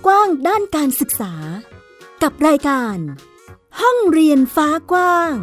กว้างด้านการศึกษากับรายการห้องเรียนฟ้ากว้าง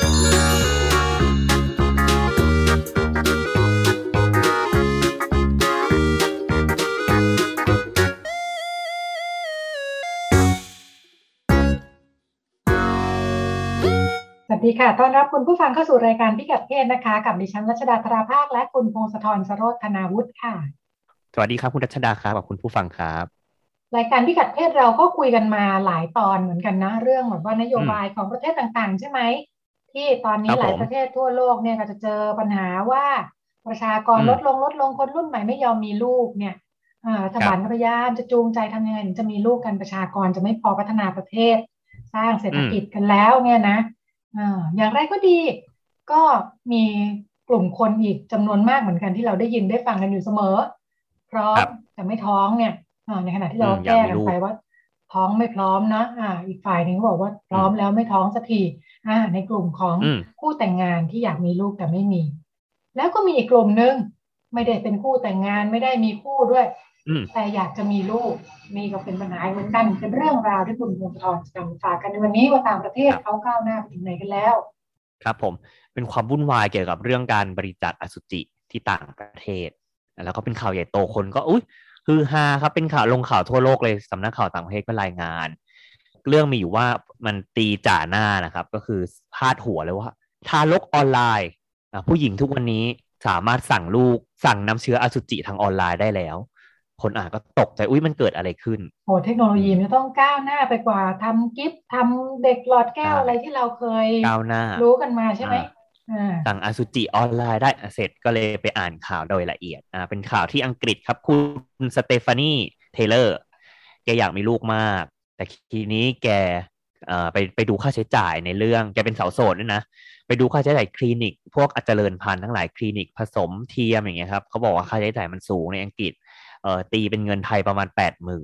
สวัสดีค่ะต้อนรับคุณผู้ฟังเข้าสู่รายการพิกัดเพศนะคะกับดิฉันรัชดาธราภาคและคุณพงศธร สโรจน์ธนาวุฒิค่ะสวัสดีครับคุณรัชดาครับกับคุณผู้ฟังครับรายการพิกัดเพศเราก็คุยกันมาหลายตอนเหมือนกันนะเรื่องแบบว่านโยบายของประเทศต่างๆใช่ไหมที่ตอนนี้หลายประเทศทั่วโลกเนี่ยก็จะเจอปัญหาว่าประชากรลดลงคนรุ่นใหม่ไม่ยอมมีลูกเนี่ยรัฐบาลก็พยายามจะจูงใจทำยังไงถึงจะมีลูกกันประชากรจะไม่พอพัฒนาประเทศสร้างเศรษฐกิจกันแล้วเนี่ยนะอย่างไรก็ดีก็มีกลุ่มคนอีกจำนวนมากเหมือนกันที่เราได้ยินได้ฟังกันอยู่เสมอพร้อมแต่ไม่ท้องเนี่ยในขณะที่เราแก้กันไปว่าท้องไม่พร้อมนะอีกฝ่ายหนึ่งก็บอกว่าพร้อมแล้วไม่ท้องสักทีในกลุ่มของคู่แต่งงานที่อยากมีลูกแต่ไม่มีแล้วก็มีอีกกลุ่มนึงไม่ได้เป็นคู่แต่งงานไม่ได้มีคู่ด้วยแต่อยากจะมีลูกนี่ก็เป็นปัญหาเหมือนกันเป็นเรื่องราวที่คุณพงศธรจะนำฝากกันในวันนี้ว่าต่างประเทศเขาก้าวหน้าไปถึงไหนกันแล้วครับผมเป็นความวุ่นวายเกี่ยวกับเรื่องการบริจาคอสุจิที่ต่างประเทศแล้วก็เป็นข่าวใหญ่โตคนก็ฮือฮาครับเป็นข่าวลงข่าวทั่วโลกเลยสำนักข่าวต่างประเทศก็รายงานเรื่องมีอยู่ว่ามันตีจ่าหน้านะครับก็คือพาดหัวเลยว่าทารกออนไลน์ผู้หญิงทุกวันนี้สามารถสั่งน้ำเชื้ออสุจิทางออนไลน์ได้แล้วคนอ่านก็ตกใจมันเกิดอะไรขึ้นโอ้เทคโนโลยีมันต้องก้าวหน้าไปกว่าทำกิฟต์ทำเด็กหลอดแก้วอะไรที่เราเคยก้าวหน้ารู้กันมาใช่ไหมสั่งอสุจิออนไลน์ได้เสร็จก็เลยไปอ่านข่าวโดยละเอียดเป็นข่าวที่อังกฤษครับคุณสเตฟานีเทเลอร์แกอยากมีลูกมากแต่ทีนี้แกไปดูค่าใช้จ่ายในเรื่องแกเป็นสาวโสดด้วยนะไปดูค่าใช้จ่ายคลินิกพวกเจริญพันธุ์ทั้งหลายคลินิกผสมเทียมอย่างเงี้ยครับเขาบอกว่าค่าใช้จ่ายมันสูงในอังกฤษตีเป็นเงินไทยประมาณ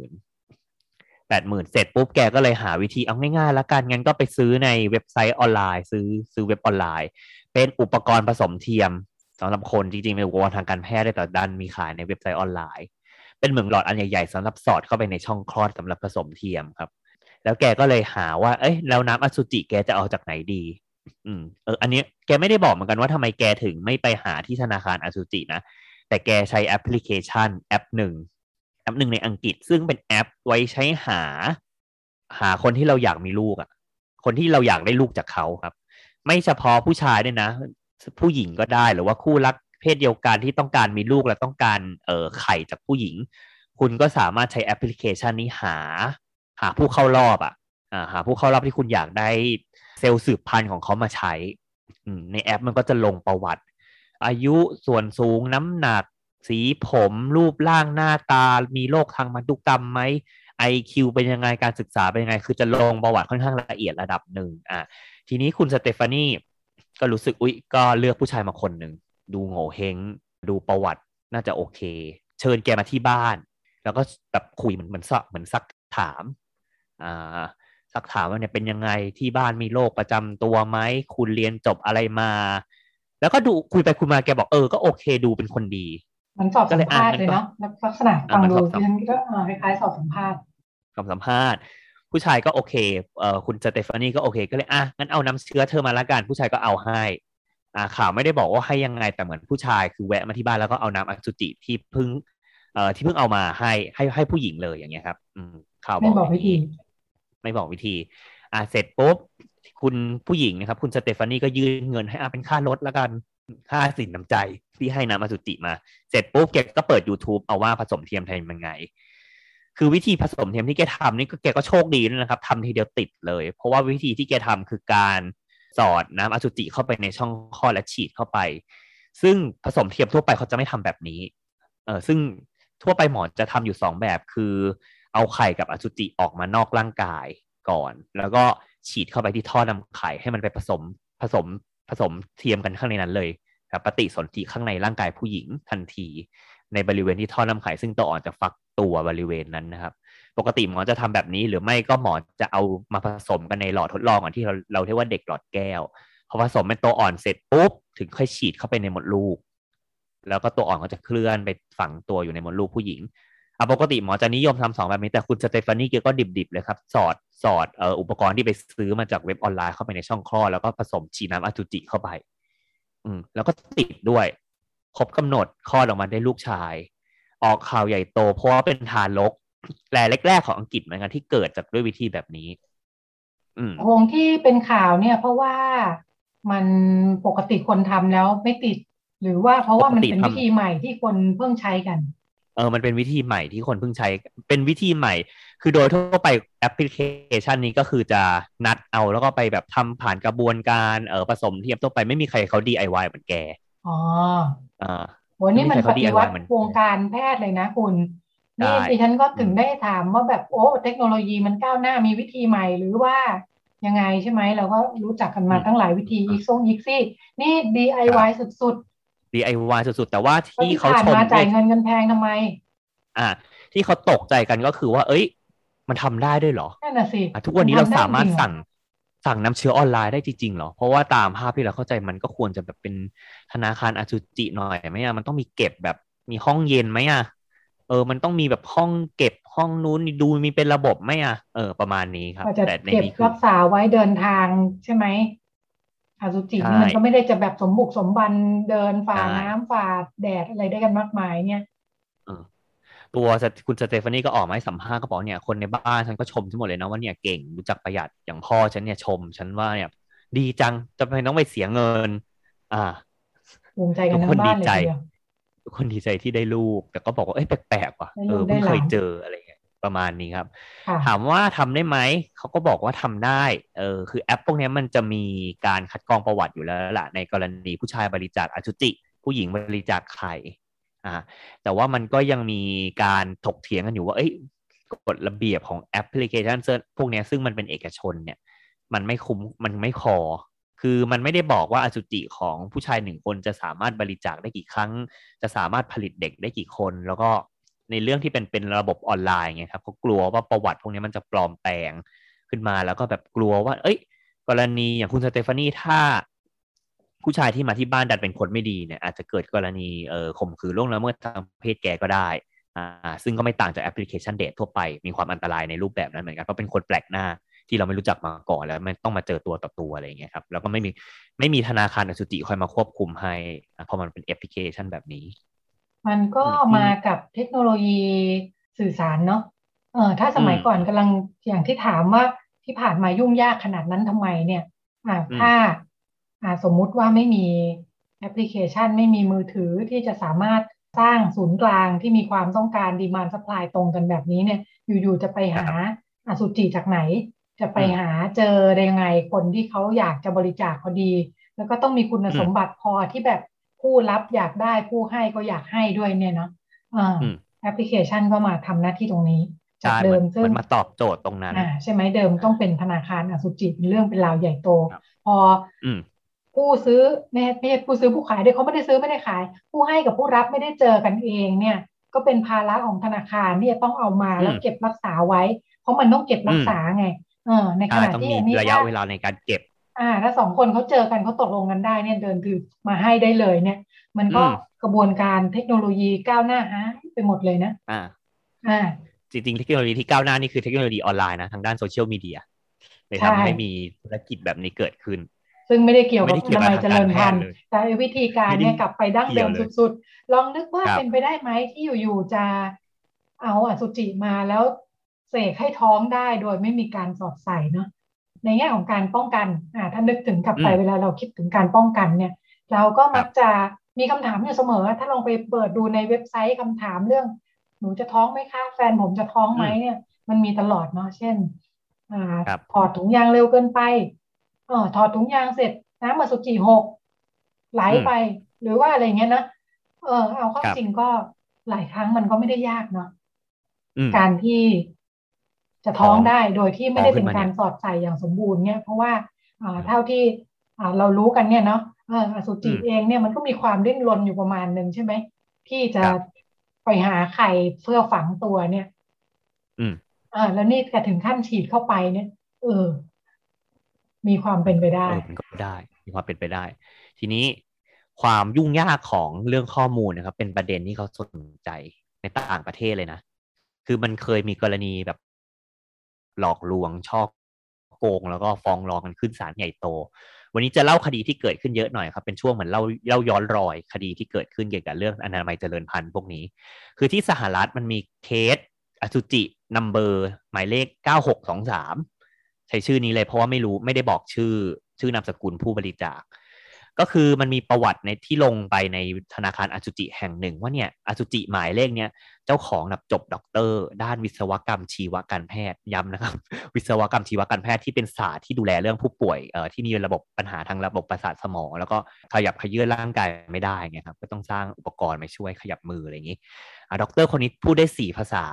80,000เสร็จปุ๊บแกก็เลยหาวิธีเอาง่ายๆแล้วกันงั้นก็ไปซื้อในเว็บไซต์ออนไลน์ซื้อเว็บออนไลน์เป็นอุปกรณ์ผสมเทียมสำหรับคนจริงๆเป็นอุปกรณ์ทางการแพทย์ได้แต่ดันมีขายในเว็บไซต์ออนไลน์เป็นเหมือนหลอดอันใหญ่ๆสำหรับสอดเข้าไปในช่องคลอดสำหรับผสมเทียมครับแล้วแกก็เลยหาว่าแล้วน้ำอสุจิแกจะเอาจากไหนดีอันนี้แกไม่ได้บอกเหมือนกันว่าทำไมแกถึงไม่ไปหาที่ธนาคารอสุจินะแต่แกใช้แอปพลิเคชันแอปหนึ่งในอังกฤษซึ่งเป็นแอปไว้ใช้หาคนที่เราอยากมีลูกคนที่เราอยากได้ลูกจากเขาครับไม่เฉพาะผู้ชายด้วยนะผู้หญิงก็ได้หรือว่าคู่รักเพศเดียวกันที่ต้องการมีลูกและต้องการไข่จากผู้หญิงคุณก็สามารถใช้แอปพลิเคชันนี้หาผู้เข้ารอบหาผู้เข้ารอบที่คุณอยากได้เซลล์สืบพันธุ์ของเขามาใช้ในแอปมันก็จะลงประวัติอายุส่วนสูงน้ำหนักสีผมรูปร่างหน้าตามีโรคทางพันธุกรรมไหม IQ เป็นยังไงการศึกษาเป็นยังไงคือจะลงประวัติค่อนข้างละเอียดระดับหนึ่งทีนี้คุณสเตฟานีก็รู้สึกก็เลือกผู้ชายมาคนหนึ่งดูโง่เฮงดูประวัติน่าจะโอเคเชิญแกมาที่บ้านแล้วก็แบบคุยเหมือนซักถามซักถามว่าเนี่ยเป็นยังไงที่บ้านมีโรคประจำตัวไหมคุณเรียนจบอะไรมาแล้วก็ดูคุยไปคุยมาแกบอกก็โอเคดูเป็นคนดีมันสอบสัมภาษณ์เลยเนาะลักษณะฟังดูที่ฉันก็คล้ายๆสอบสัมภาษณ์ผู้ชายก็โอเคคุณสเตฟานีก็โอเคก็เลยงั้นเอาน้ำเชื้อเธอมาละกันผู้ชายก็เอาให้ข่าวไม่ได้บอกว่าให้ยังไงแต่เหมือนผู้ชายคือแวะมาที่บ้านแล้วก็เอาน้ำอสุจิที่เพิ่งเอามาให้ผู้หญิงเลยอย่างเงี้ยครับข่าวบอกไม่บอกวิธีเสร็จปุ๊บคุณผู้หญิงนะครับคุณสเตฟานีก็ยื่นเงินให้เป็นค่ารถละกันค่าสินน้ำใจที่ให้น้ำอสุจิมาเสร็จปุ๊บแกก็เปิด YouTube เอาว่าผสมเทียมทำยังไงคือวิธีผสมเทียมที่แกทำนี่ก็แกก็โชคดีนะครับทำทีเดียวติดเลยเพราะว่าวิธีที่แกทำคือการสอดน้ำอสุจิเข้าไปในช่องคลอดและฉีดเข้าไปซึ่งผสมเทียมทั่วไปเขาจะไม่ทำแบบนี้ซึ่งทั่วไปหมอจะทำอยู่2แบบคือเอาไข่กับอสุจิออกมานอกร่างกายก่อนแล้วก็ฉีดเข้าไปที่ท่อนำไข่ให้มันไปผสมเทียมกันข้างในนั้นเลยปฏิสนธิข้างในร่างกายผู้หญิงทันทีในบริเวณที่ท่อนำไข่ซึ่งตัวอ่อนจะฟักตัวบริเวณนั้นนะครับปกติหมอจะทำแบบนี้หรือไม่ก็หมอจะเอามาผสมกันในหลอดทดลองก่อนที่เราเรียกว่าเด็กหลอดแก้วพอผสมเป็นตัวอ่อนเสร็จปุ๊บถึงค่อยฉีดเข้าไปในมดลูกแล้วก็ตัวอ่อนก็จะเคลื่อนไปฝังตัวอยู่ในมดลูกผู้หญิงปกติหมอจะนิยมทำ2แบบนี้แต่คุณสเตฟานีแกก็ดิบๆเลยครับสอดอุปกรณ์ที่ไปซื้อมาจากเว็บออนไลน์เข้าไปในช่องคลอดแล้วก็ผสมฉีดน้ำอสุจิเข้าไปแล้วก็ติดด้วยครบกำหนดคลอดออกมาได้ลูกชายออกข่าวใหญ่โตเพราะว่าเป็นทารกแรกๆของอังกฤษเหมือนกันที่เกิดจากด้วยวิธีแบบนี้วงที่เป็นข่าวเนี่ยเพราะว่ามันปกติคนทำแล้วไม่ติดหรือว่าเพราะว่ามันเป็นวิธีใหม่ที่คนเพิ่งใช้กันมันเป็นวิธีใหม่ที่คนเพิ่งใช้เป็นวิธีใหม่คือโดยทั่วไปแอปพลิเคชันนี้ก็คือจะนัดเอาแล้วก็ไปแบบทำผ่านกระบวนการผสมเทียมทั่วไปไม่มีใครเขา DIY เหมือนแกอ๋อโหนี่มันปฏิวัติวงการแพทย์เลยนะคุณนี่ดิฉันก็ถึงได้ถามว่าแบบโอ้เทคโนโลยีมันก้าวหน้ามีวิธีใหม่หรือว่ายังไงใช่ไหมเราก็รู้จักกันมาตั้งหลายวิธีอีกซี่นี่ DIY สุดๆ DIY สุดๆแต่ว่าที่เขาชมมาจ่ายเงินกันแพงทำไมที่เขาตกใจกันก็คือว่าเอ้ยมันทำได้ด้วยเหรอนั่นน่ะสิทุกวันนี้เราสามารถสั่งน้ำเชื้อออนไลน์ได้จริงๆเหรอเพราะว่าตามภาพที่เราเข้าใจมันก็ควรจะแบบเป็นธนาคารอสุจิหน่อยไหมมันต้องมีเก็บแบบมีห้องเย็นไหมมันต้องมีแบบห้องเก็บห้องนู้นดูมีเป็นระบบไหมประมาณนี้ครับแต่ในนี้รักษาไว้เดินทางใช่ไหมอสุจินี่มันก็ไม่ได้จะแบบสมบุกสมบันเดินฝ่าน้ำฝ่าแดดอะไรได้กันมากมายเนี่ยตัวคุณสเตฟานีก็ออกมาให้สัมภาษณ์ก็บอกเนี่ยคนในบ้านฉันก็ชมฉันหมดเลยนะว่าเนี่ยเก่งรู้จักประหยัดอย่างพ่อฉันเนี่ยชมฉันว่าเนี่ยดีจังจะไม่ต้องไปเสียเงินภูมิใจกันทั้งบ้านเลยทีเดียวทุกคนดีใจที่ได้ลูกแต่ก็บอกว่าแปลกๆว่ะเพิ่งเคยเจออะไรเงี้ยประมาณนี้ครับถามว่าทำได้ไหมเขาก็บอกว่าทำได้คือแอปพวกนี้มันจะมีการคัดกรองประวัติอยู่แล้วล่ะในกรณีผู้ชายบริจาคอสุจิผู้หญิงบริจาคไข่แต่ว่ามันก็ยังมีการถกเถียงกันอยู่ว่ากฎระเบียบของแอปพลิเคชันพวกนี้ซึ่งมันเป็นเอกชนเนี่ยมันไม่คุ้มมันไม่พอคือมันไม่ได้บอกว่าอสุจิของผู้ชาย1คนจะสามารถบริจาคได้กี่ครั้งจะสามารถผลิตเด็กได้กี่คนแล้วก็ในเรื่องที่เป็นระบบออนไลน์ไงครับเขากลัวว่าประวัติพวกนี้มันจะปลอมแปลงขึ้นมาแล้วก็แบบกลัวว่ากรณีอย่างคุณสเตฟานีถ้าผู้ชายที่มาที่บ้านดันเป็นคนไม่ดีเนี่ยอาจจะเกิดกรณีข่มขืนล่วงละเมิดทางเพศแกก็ได้ซึ่งก็ไม่ต่างจากแอปพลิเคชันเดททั่วไปมีความอันตรายในรูปแบบนั้นเหมือนกันเพราะเป็นคนแปลกหน้าที่เราไม่รู้จักมาก่อนแล้วไม่ต้องมาเจอตัวต่อตัวอะไรอย่างเงี้ยครับแล้วก็ไม่มีธนาคารอสุจิคอยมาควบคุมให้เพราะมันเป็นแอปพลิเคชันแบบนี้มันก็มากับเทคโนโลยีสื่อสารเนาะถ้าสมัยก่อนกำลังอย่างที่ถามว่าที่ผ่านมายุ่งยากขนาดนั้นทำไมเนี่ยถ้าสมมุติว่าไม่มีแอปพลิเคชันไม่มีมือถือที่จะสามารถสร้างศูนย์กลางที่มีความต้องการดีมานด์ซัพพลายตรงกันแบบนี้เนี่ยอยู่ๆจะไปหาอสุจิจากไหนจะไปหาเจอได้ยังไงคนที่เขาอยากจะบริจาคพอดีแล้วก็ต้องมีคุณสมบัติพอที่แบบผู้รับอยากได้ผู้ให้ก็อยากให้ด้วยเนี่ยเนาะแอปพลิเคชันก็มาทำหน้าที่ตรงนี้จากเดิมซึ่งมาตอบโจทย์ตรงนั้นใช่ไหมเดิมต้องเป็นธนาคารอสุจิเป็นเรื่องเป็นราวใหญ่โตพอผู้ซื้อไม่ใช่ผู้ซื้อผู้ขายด้วยเขาไม่ได้ซื้อไม่ได้ขายผู้ให้กับผู้รับไม่ได้เจอกันเองเนี่ยก็เป็นภาระของธนาคารที่จะต้องเอามาแล้วเก็บรักษาไว้เพราะมันต้องเก็บรักษาไงในขณะที่อันนี้ระยะเวลาในการเก็บถ้า2 คนเขาเจอกันเขาตกลงกันได้เนี่ยเดินถือมาให้ได้เลยเนี่ยมันก็กระบวนการเทคโนโลยีก้าวหน้าหายไปหมดเลยนะจริงๆเทคโนโลยีที่ก้าวหน้านี่คือเทคโนโลยีออนไลน์นะทางด้านโซเชียลมีเดียเลยทำให้มีธุรกิจแบบนี้เกิดขึ้นซึ่งไม่ได้เกี่ยวกับอนามัยเจริญพันธุ์แต่วิธีการเนี่ยกลับไปดั้งเดิมสุดๆลองนึกว่าเป็นไปได้ไหมที่อยู่ๆจะเอาอสุจิมาแล้วเสกให้ท้องได้โดยไม่มีการสอดใส่เนาะในแง่ของการป้องกันถ้านึกถึงกลับไปเวลาเราคิดถึงการป้องกันเนี่ยเราก็มักจะมีคำถามอยู่เสมอถ้าลองไปเปิดดูในเว็บไซต์คำถามเรื่องหนูจะท้องไหมคะแฟนผมจะท้องไหมเนี่ยมันมีตลอดเนาะเช่นถอดถุงยางเร็วเกินไปถอดถุงยางเสร็จน้ำอสุจิหกไหลไปหรือว่าอะไรเงี้ยนะเอาเข้าจริงก็หลายครั้งมันก็ไม่ได้ยากเนาะการที่จะท้องได้โดยที่ไม่ได้เป็นการสอดใส่อย่างสมบูรณ์เนี่ยเพราะว่าเท่าที่เรารู้กันเนี่ยเนาะอสุจิเองเนี่ยมันก็มีความดิ้นรนอยู่ประมาณหนึ่งใช่ไหมที่จะไปหาไข่เพื่อฝังตัวเนี่ยแล้วนี่ก็ถึงขั้นฉีดเข้าไปเนี่ยมีความเป็นไปได้มันก็ได้มีความเป็นไปได้ทีนี้ความยุ่งยากของเรื่องข้อมูลนะครับเป็นประเด็นที่เขาสนใจในต่างประเทศเลยนะคือมันเคยมีกรณีแบบหลอกลวงช่อโกงแล้วก็ฟ้องร้องกันขึ้นศาลใหญ่โตวันนี้จะเล่าคดีที่เกิดขึ้นเยอะหน่อยครับเป็นช่วงเหมือนเล่าย้อนรอยคดีที่เกิดขึ้นเกี่ยวกับเรื่องอนามัยเจริญพันธุ์พวกนี้คือที่สหรัฐมันมีเคสอสุจินัมเบอร์หมายเลข9623ใช้ชื่อนี้เลยเพราะว่าไม่ได้บอกชื่อนามสกุลผู้บริจาคก็คือมันมีประวัติในที่ลงไปในธนาคารอสุจิแห่งหนึ่งว่าเนี่ยอสุจิหมายเลขเนี้ยเจ้าของจบด็อกเตอร์ด้านวิศวกรรมชีวการแพทย์ย้ำนะครับวิศวกรรมชีวการแพทย์ที่เป็นศาสตร์ที่ดูแลเรื่องผู้ป่วยที่มีระบบปัญหาทางระบบประสาทสมองแล้วก็ขยับเขยื้อนร่างกายไม่ได้ไงครับก็ต้องสร้างอุปกรณ์มาช่วยขยับมืออะไรอย่างนี้ด็อกเตอร์คนนี้พูดได้4ภาษา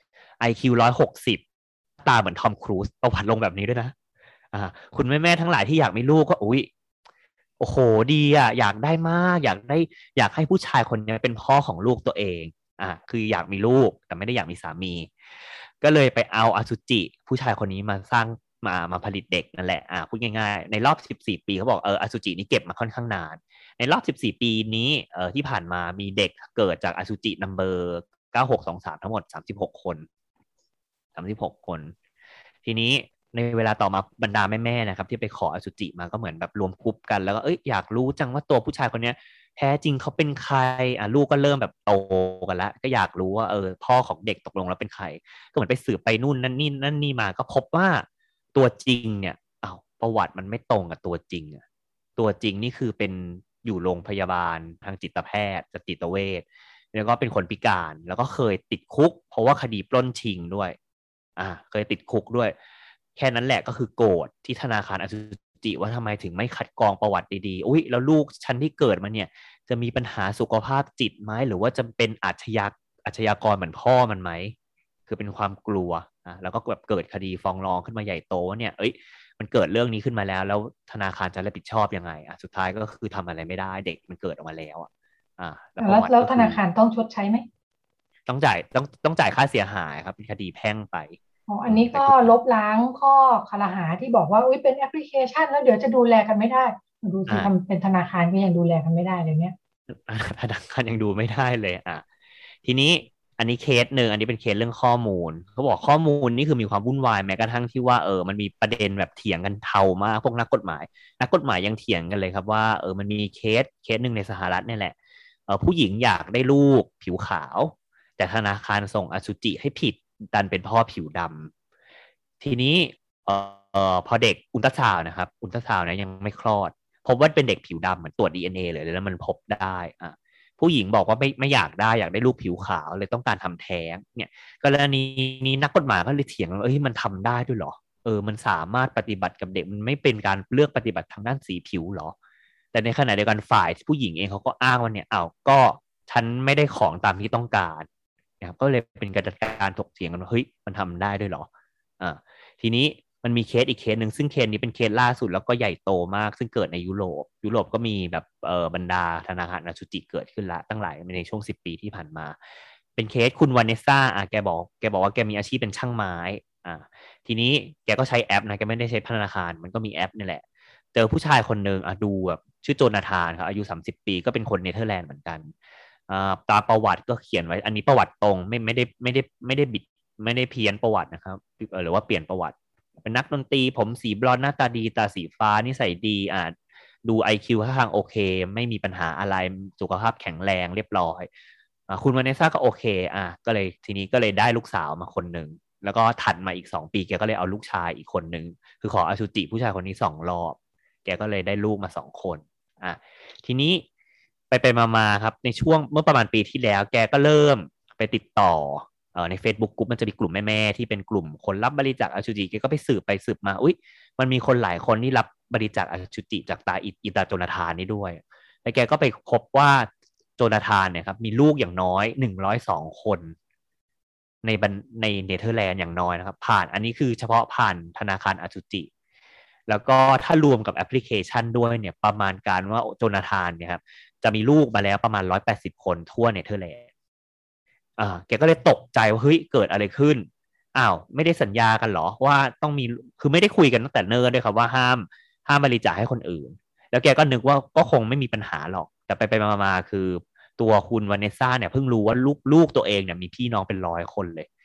IQ 160ตาเหมือนทอมครูซประวัติลงแบบนี้ด้วยนะคุณแม่ทั้งหลายที่อยากมีลูกก็อุ๊ยโอ้โหดีอยากได้มากอยากให้ผู้ชายคนนี้เป็นพ่อของลูกตัวเองคืออยากมีลูกแต่ไม่ได้อยากมีสามีก็เลยไปเอาอสุจิผู้ชายคนนี้มาสร้างมาผลิตเด็กนั่นแหละพูดง่ายๆในรอบ14ปีเขาบอกอสุจินี้เก็บมาค่อนข้างนานในรอบ14ปีนี้ที่ผ่านมามีเด็กเกิดจากอสุจินัมเบอร์9623ทั้งหมด36คนทีนี้ในเวลาต่อมาบรรดาแม่ๆนะครับที่ไปขออสุจิมาก็เหมือนแบบรวมกลุ่มกันแล้วก็อยากรู้จังว่าตัวผู้ชายคนนี้แท้จริงเขาเป็นใครลูกก็เริ่มแบบโตกันแล้วก็อยากรู้ว่าพ่อของเด็กตกลงแล้วเป็นใครก็เหมือนไปสืบไปนู่นนั่นนี่มาก็พบว่าตัวจริงเนี่ยประวัติมันไม่ตรงกับตัวจริงตัวจริงนี่คือเป็นอยู่โรงพยาบาลทางจิตแพทย์จิตเวชแล้วก็เป็นคนพิการแล้วก็เคยติดคุกเพราะว่าคดีปล้นชิงด้วยเคยติดคุกด้วยแค่นั้นแหละก็คือโกรธที่ธนาคารอสุจิว่าทำไมถึงไม่คัดกรองประวัติดีๆอุ๊ยแล้วลูกฉันที่เกิดมาเนี่ยจะมีปัญหาสุขภาพจิตไหมหรือว่าจะเป็นอาชญากรเหมือนพ่อมันไหมคือเป็นความกลัวแล้วก็แบบเกิดคดีฟ้องร้องขึ้นมาใหญ่โตเนี่ยมันเกิดเรื่องนี้ขึ้นมาแล้วธนาคารจะรับผิดชอบยังไงสุดท้ายก็คือทำอะไรไม่ได้เด็กมันเกิดออกมาแล้วแล้วธนาคารต้องชดใช้ไหมต้องจ่ายค่าเสียหายครับเป็นคดีแพ่งไปอันนี้ก็ลบล้างข้อคลหาที่บอกว่าเป็นแอปพลิเคชันแล้วเดี๋ยวจะดูแลกันไม่ได้ดูสิทำเป็นธนาคารก็ยังดูแลกันไม่ได้เลยเนี่ยธนาคารยังดูไม่ได้เลยทีนี้อันนี้เคสหนึ่งอันนี้เป็นเคสเรื่องข้อมูลเขาบอกข้อมูลนี่คือมีความวุ่นวายแม้กระทั่งที่ว่ามันมีประเด็นแบบเถียงกันเทามากพวกนักกฎหมายยังเถียงกันเลยครับว่ามันมีเคสหนึ่งในสหรัฐนี่แหละผู้หญิงอยากได้ลูกผิวขาวแต่ธนาคารส่งอสุจิให้ผิดดันเป็นพ่อผิวดำทีนี้พอเด็กอุลตราซาวน์นะครับอุลตราซาวน์นะยังไม่คลอดพบว่าเป็นเด็กผิวดำเหมือนตรวจ DNA เลยแล้วมันพบได้ผู้หญิงบอกว่าไม่อยากได้ลูกผิวขาวเลยต้องการทำแท้งเนี่ยกรณีนี้นักกฎหมายก็เลยเถียงว่ามันทำได้ด้วยเหรอมันสามารถปฏิบัติกับเด็กมันไม่เป็นการเลือกปฏิบัติทางด้านสีผิวหรอแต่ในขณะเดียวกันฝ่ายผู้หญิงเองเขาก็อ้างว่าเนี่ยก็ฉันไม่ได้ของตามที่ต้องการนะครับก็เลยเป็นการถกเถียงกันว่าเฮ้ยมันทำได้ด้วยเหรอทีนี้มันมีเคสอีกเคสหนึ่งซึ่งเคสนี้เป็นเคสล่าสุดแล้วก็ใหญ่โตมากซึ่งเกิดในยุโรปก็มีแบบบรรดาธนาคารอสุจิเกิดขึ้นละตั้งหลายในช่วง10 ปีที่ผ่านมาเป็นเคสคุณวานเนสซ่าแกบอกว่าแกมีอาชีพเป็นช่างไม้ทีนี้แกก็ใช้แอปนะแกไม่ได้ใช้ธนาคารมันก็มีแอปนี่แหละเจอผู้ชายคนหนึ่งดูแบบชื่อโจนาธานครับอายุ30 ปีก็เป็นคนเนเธอร์แลนด์เหมือนกันตามประวัติก็เขียนไว้อันนี้ประวัติตรงไม่ได้บิดไม่ได้เพี้ยนประวัตินะครับหรือว่าเปลี่ยนประวัติเป็นนักดนตรีผมสีบลอนด์หน้าตาดีตาสีฟ้านิสัยดีดู IQ ท่าทางโอเคไม่มีปัญหาอะไรสุขภาพแข็งแรงเรียบร้อยคุณวาเนซ่าก็โอเคก็เลยทีนี้ก็เลยได้ลูกสาวมาคนหนึ่งแล้วก็ถัดมาอีก2 ปีแกก็เลยเอาลูกชายอีกคนหนึ่งคือขออสุจิผู้ชายคนนี้2 รอบแกก็เลยได้ลูกมา2 คนทีนี้ไปมาครับในช่วงเมื่อประมาณปีที่แล้วแกก็เริ่มไปติดต่อใน Facebook กลุ่มมันจะมีกลุ่มแม่ๆที่เป็นกลุ่มคนรับบริจาคอสุจิแกก็ไปสืบมามันมีคนหลายคนที่รับบริจาคอสุจิจากตาโจนาธานนี่ด้วยแล้วแกก็ไปพบว่าโจนาธานเนี่ยครับมีลูกอย่างน้อย102 คนในเนเธอร์แลนด์อย่างน้อยนะครับผ่านอันนี้คือเฉพาะผ่านธนาคารอสุจิแล้วก็ถ้ารวมกับแอปพลิเคชันด้วยเนี่ยประมาณการว่าโจนาธานเนี่ยครับจะมีลูกมาแล้วประมาณ180 คนทั่วเนเธอร์แลนด์แกก็เลยตกใจว่าเฮ้ยเกิดอะไรขึ้นไม่ได้สัญญากันหรอว่าต้องมีคือไม่ได้คุยกันตั้งแต่เนิ่นด้วยครับว่าห้ามบริจาคให้คนอื่นแล้วแกก็นึกว่าก็คงไม่มีปัญหาหรอกแต่ไปมาคือตัวคุณวาเนซ่าเนี่ยเพิ่งรู้ว่าลูกตัวเองเนี่ยมีพี่น้องเป็น100 คนเลย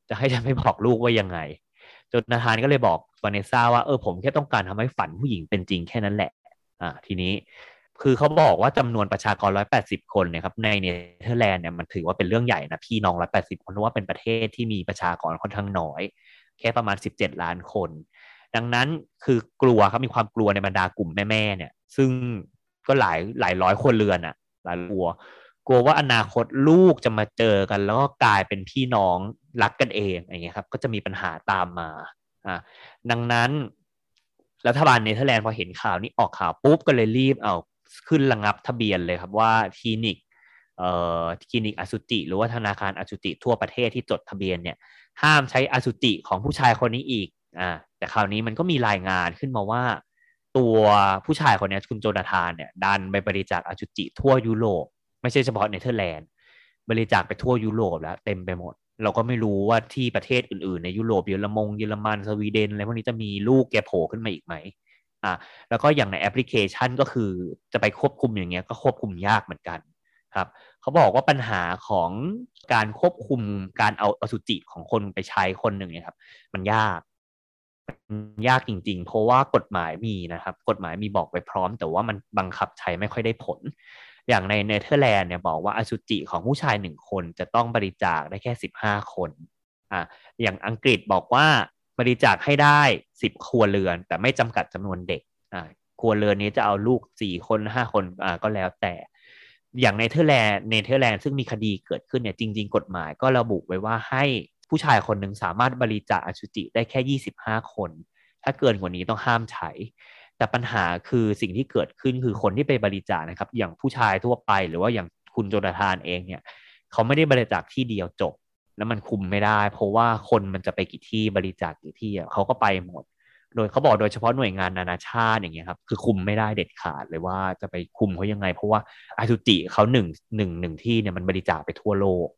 จะให้ฉันไปบอกลูกว่ายังไงโจนาธานก็เลยบอกวาเนสซ่าว่าผมแค่ต้องการทำให้ฝันผู้หญิงเป็นจริงแค่นั้นแหละทีนี้คือเขาบอกว่าจำนวนประชากร180คนเนี่ยครับในเนเธอร์แลนด์เนี่ยมันถือว่าเป็นเรื่องใหญ่นะพี่น้อง180คนเพราะว่าเป็นประเทศที่มีประชากรค่อนข้างน้อยแค่ประมาณ17ล้านคนดังนั้นคือกลัวครับมีความกลัวในบรรดากลุ่มแม่ๆเนี่ยซึ่งก็หลายร้อยคนเรือนอ่ะหลายกลัวว่าอนาคตลูกจะมาเจอกันแล้วก็กลายเป็นพี่น้องรักกันเองอย่างเงี้ยครับก็จะมีปัญหาตามมาดังนั้นรัฐบาลเนเธอร์แลนด์พอเห็นข่าวนี้ออกข่าวปุ๊บก็เลยรีบเอาขึ้นระงับทะเบียนเลยครับว่าคลินิกอสุจิหรือว่าธนาคารอสุจิทั่วประเทศที่จดทะเบียนเนี่ยห้ามใช้อสุจิของผู้ชายคนนี้อีกแต่คราวนี้มันก็มีรายงานขึ้นมาว่าตัวผู้ชายคนนี้คุณโจนาธานเนี่ยดันไปบริจาคอสุจิทั่วยุโรปไม่ใช่เฉพาะเนเธอร์แลนด์บริจาคไปทั่วยุโรปแล้วเต็มไปหมดเราก็ไม่รู้ว่าที่ประเทศอื่นๆในยุโรปเยอรมันสวีเดนอะไรพวกนี้จะมีลูกแกโผล่ขึ้นมาอีกไหมแล้วก็อย่างในแอปพลิเคชันก็คือจะไปควบคุมอย่างเงี้ยก็ควบคุมยากเหมือนกันครับเขาบอกว่าปัญหาของการควบคุมการเอาอสุจิของคนไปใช้คนหนึ่งเนี่ยครับมันยากจริงๆเพราะว่ากฎหมายมีนะครับกฎหมายมีบอกไว้พร้อมแต่ว่ามันบังคับใช้ไม่ค่อยได้ผลอย่างในเนเธอร์แลนด์เนี่ยบอกว่าอสุจิของผู้ชาย1คนจะต้องบริจาคได้แค่15คนอย่างอังกฤษบอกว่าบริจาคให้ได้10ครัวเรือนแต่ไม่จำกัดจำนวนเด็กครัวเรือนนี้จะเอาลูก4คน5คนก็แล้วแต่อย่างเนเธอร์แลนด์ซึ่งมีคดีเกิดขึ้นเนี่ยจริงๆกฎหมายก็ระบุไว้ว่าให้ผู้ชายคนหนึ่งสามารถบริจาคอสุจิได้แค่25คนถ้าเกินกว่านี้ต้องห้ามใช้แต่ปัญหาคือสิ่งที่เกิดขึ้นคือคนที่ไปบริจาคนะครับอย่างผู้ชายทั่วไปหรือว่าอย่างคุณโจนาธานเองเนี่ยเขาไม่ได้บริจาคที่เดียวจบแล้วมันคุมไม่ได้เพราะว่าคนมันจะไปกี่ที่บริจาคกี่ที่เขาก็ไปหมดโดยเขาบอกโดยเฉพาะหน่วยงานนานาชาติอย่างเงี้ยครับคือคุมไม่ได้เด็ดขาดเลยว่าจะไปคุมเขายังไงเพราะว่าอสุจิเขาหนึ่งที่เนี่ยมันบริจาคไปทั่วโลก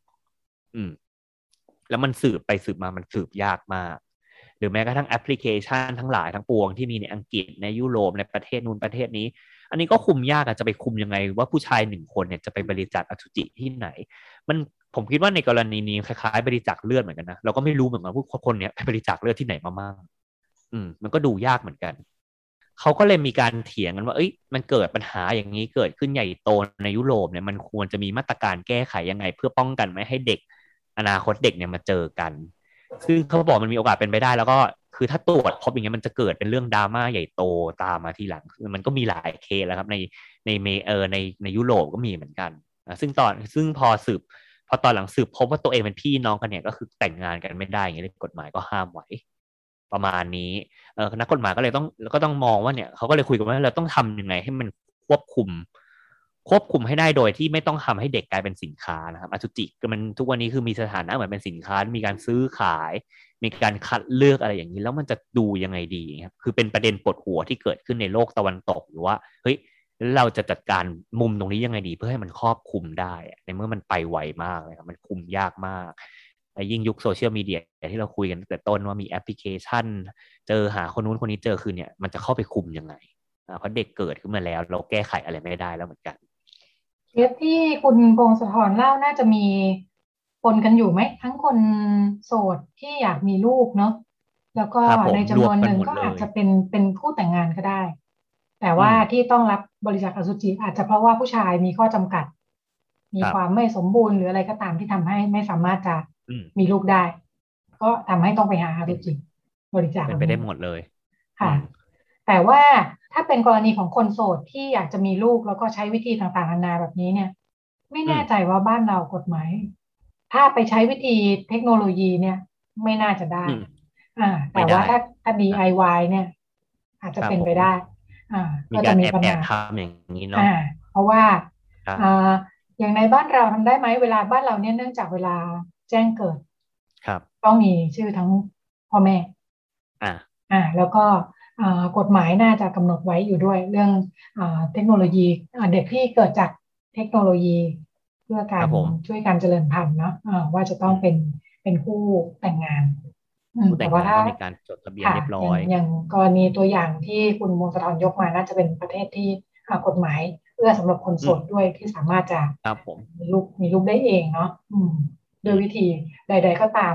แล้วมันสืบไปสืบมามันสืบยากมากหรือแม้กระทั่งแอปพลิเคชันทั้งหลายทั้งปวงที่มีในอังกฤษในยุโรปในประเทศนู้นประเทศนี้อันนี้ก็คุมยากจะไปคุมยังไงว่าผู้ชาย1คนเนี่ยจะไปบริจาคอสุจิที่ไหนผมคิดว่าในกรณีนี้คล้ายๆบริจาคเลือดเหมือนกันนะเราก็ไม่รู้เหมือนกันว่าคนเนี้ยไปบริจาคเลือดที่ไหนมาบ้างมันก็ดูยากเหมือนกันเขาก็เลยมีการเถียงกันว่ามันเกิดปัญหาอย่างนี้เกิดขึ้นใหญ่โตในยุโรปเนี่ยมันควรจะมีมาตรการแก้ไขยังไงเพื่อป้องกันไม่ให้เด็กอนาคตเด็กเนี่ยมาเจอกันซึ่งเขาบอกมันมีโอกาสเป็นไปได้แล้วก็คือถ้าตรวจพบอย่างเงี้ยมันจะเกิดเป็นเรื่องดราม่าใหญ่โตตามมาทีหลังมันก็มีหลายเคสแล้วครับในยุโรปก็มีเหมือนกันซึ่งพอตอนหลังสืบพบว่าตัวเองเป็นพี่น้องกันเนี่ยก็คือแต่งงานกันไม่ได้อย่างเงี้ยกฎหมายก็ห้ามไว้ประมาณนี้นักกฎหมายก็เลยต้องมองว่าเนี่ยเขาก็เลยคุยกันว่าเราต้องทำยังไงให้มันควบคุมให้ได้โดยที่ไม่ต้องทำให้เด็กกลายเป็นสินค้านะครับอสุจิมันทุกวันนี้คือมีสถานะเหมือนเป็นสินค้ามีการซื้อขายมีการคัดเลือกอะไรอย่างนี้แล้วมันจะดูยังไงดีครับคือเป็นประเด็นปวดหัวที่เกิดขึ้นในโลกตะวันตกหรือว่าเฮ้ยเราจะจัดการมุมตรงนี้ยังไงดีเพื่อให้มันครอบคลุมได้ในเมื่อมันไปไวมากเลยครับมันคุมยากมากและยิ่งยุคโซเชียลมีเดียที่เราคุยกันตั้งแต่ต้นว่ามีแอปพลิเคชันเจอหาคนนู้นคนนี้เจอคือเนี่ยมันจะเข้าไปคุมยังไงเพราะเด็กเกิดขึ้นมาแล้วเราแก้ไขอะไรไม่ได้แล้วเหมือนกันเคสที่คุณพงศธรเล่าน่าจะมีปนกันอยู่ไหมทั้งคนโสดที่อยากมีลูกเนาะแล้วก็ในจำนวนหนึ่งก็อาจจะเป็นผู้แต่งงานก็ได้แต่ว่าที่ต้องรับบริจาคอสุจิอาจจะเพราะว่าผู้ชายมีข้อจำกัดมีความไม่สมบูรณ์หรืออะไรก็ตามที่ทำให้ไม่สามารถจะมีลูกได้ก็ทำให้ต้องไปหาอสุจิบริจาคเป็นไปได้หมดเลยค่ะแต่ว่าถ้าเป็นกรณีของคนโสดที่อยากจะมีลูกแล้วก็ใช้วิธีต่างๆนานาแบบนี้เนี่ยไม่แน่ใจว่าบ้านเรากฎหมายถ้าไปใช้วิธีเทคโนโลยีเนี่ยไม่น่าจะได้แต่ว่าถ้า DIY เนี่ยอาจจะเป็นไปได้ก็จะมีปัญหาทำอย่างนี้เนาะเพราะว่าอย่างในบ้านเราทำได้ไหมเวลาบ้านเราเนี่ยเนื่องจากเวลาแจ้งเกิดต้องมีชื่อทั้งพ่อแม่แล้วก็กฎหมายน่าจะกำหนดไว้อยู่ด้วยเรื่องเทคโนโลยีเด็กที่เกิดจากเทคโนโลยีเพื่อการช่วยการเจริญพันธุ์เนาะว่าจะต้องเป็นคู่แต่งงานแต่ว่าถ้ามีการจดทะเบียนเรียบร้อยอย่างกรณีตัวอย่างที่คุณมงคลยกมาน่าจะเป็นประเทศที่กฎหมายเอื้อสำหรับคนโสดด้วยที่สามารถจะมีลูกได้เองเนาะโดยวิธีใดๆก็ตาม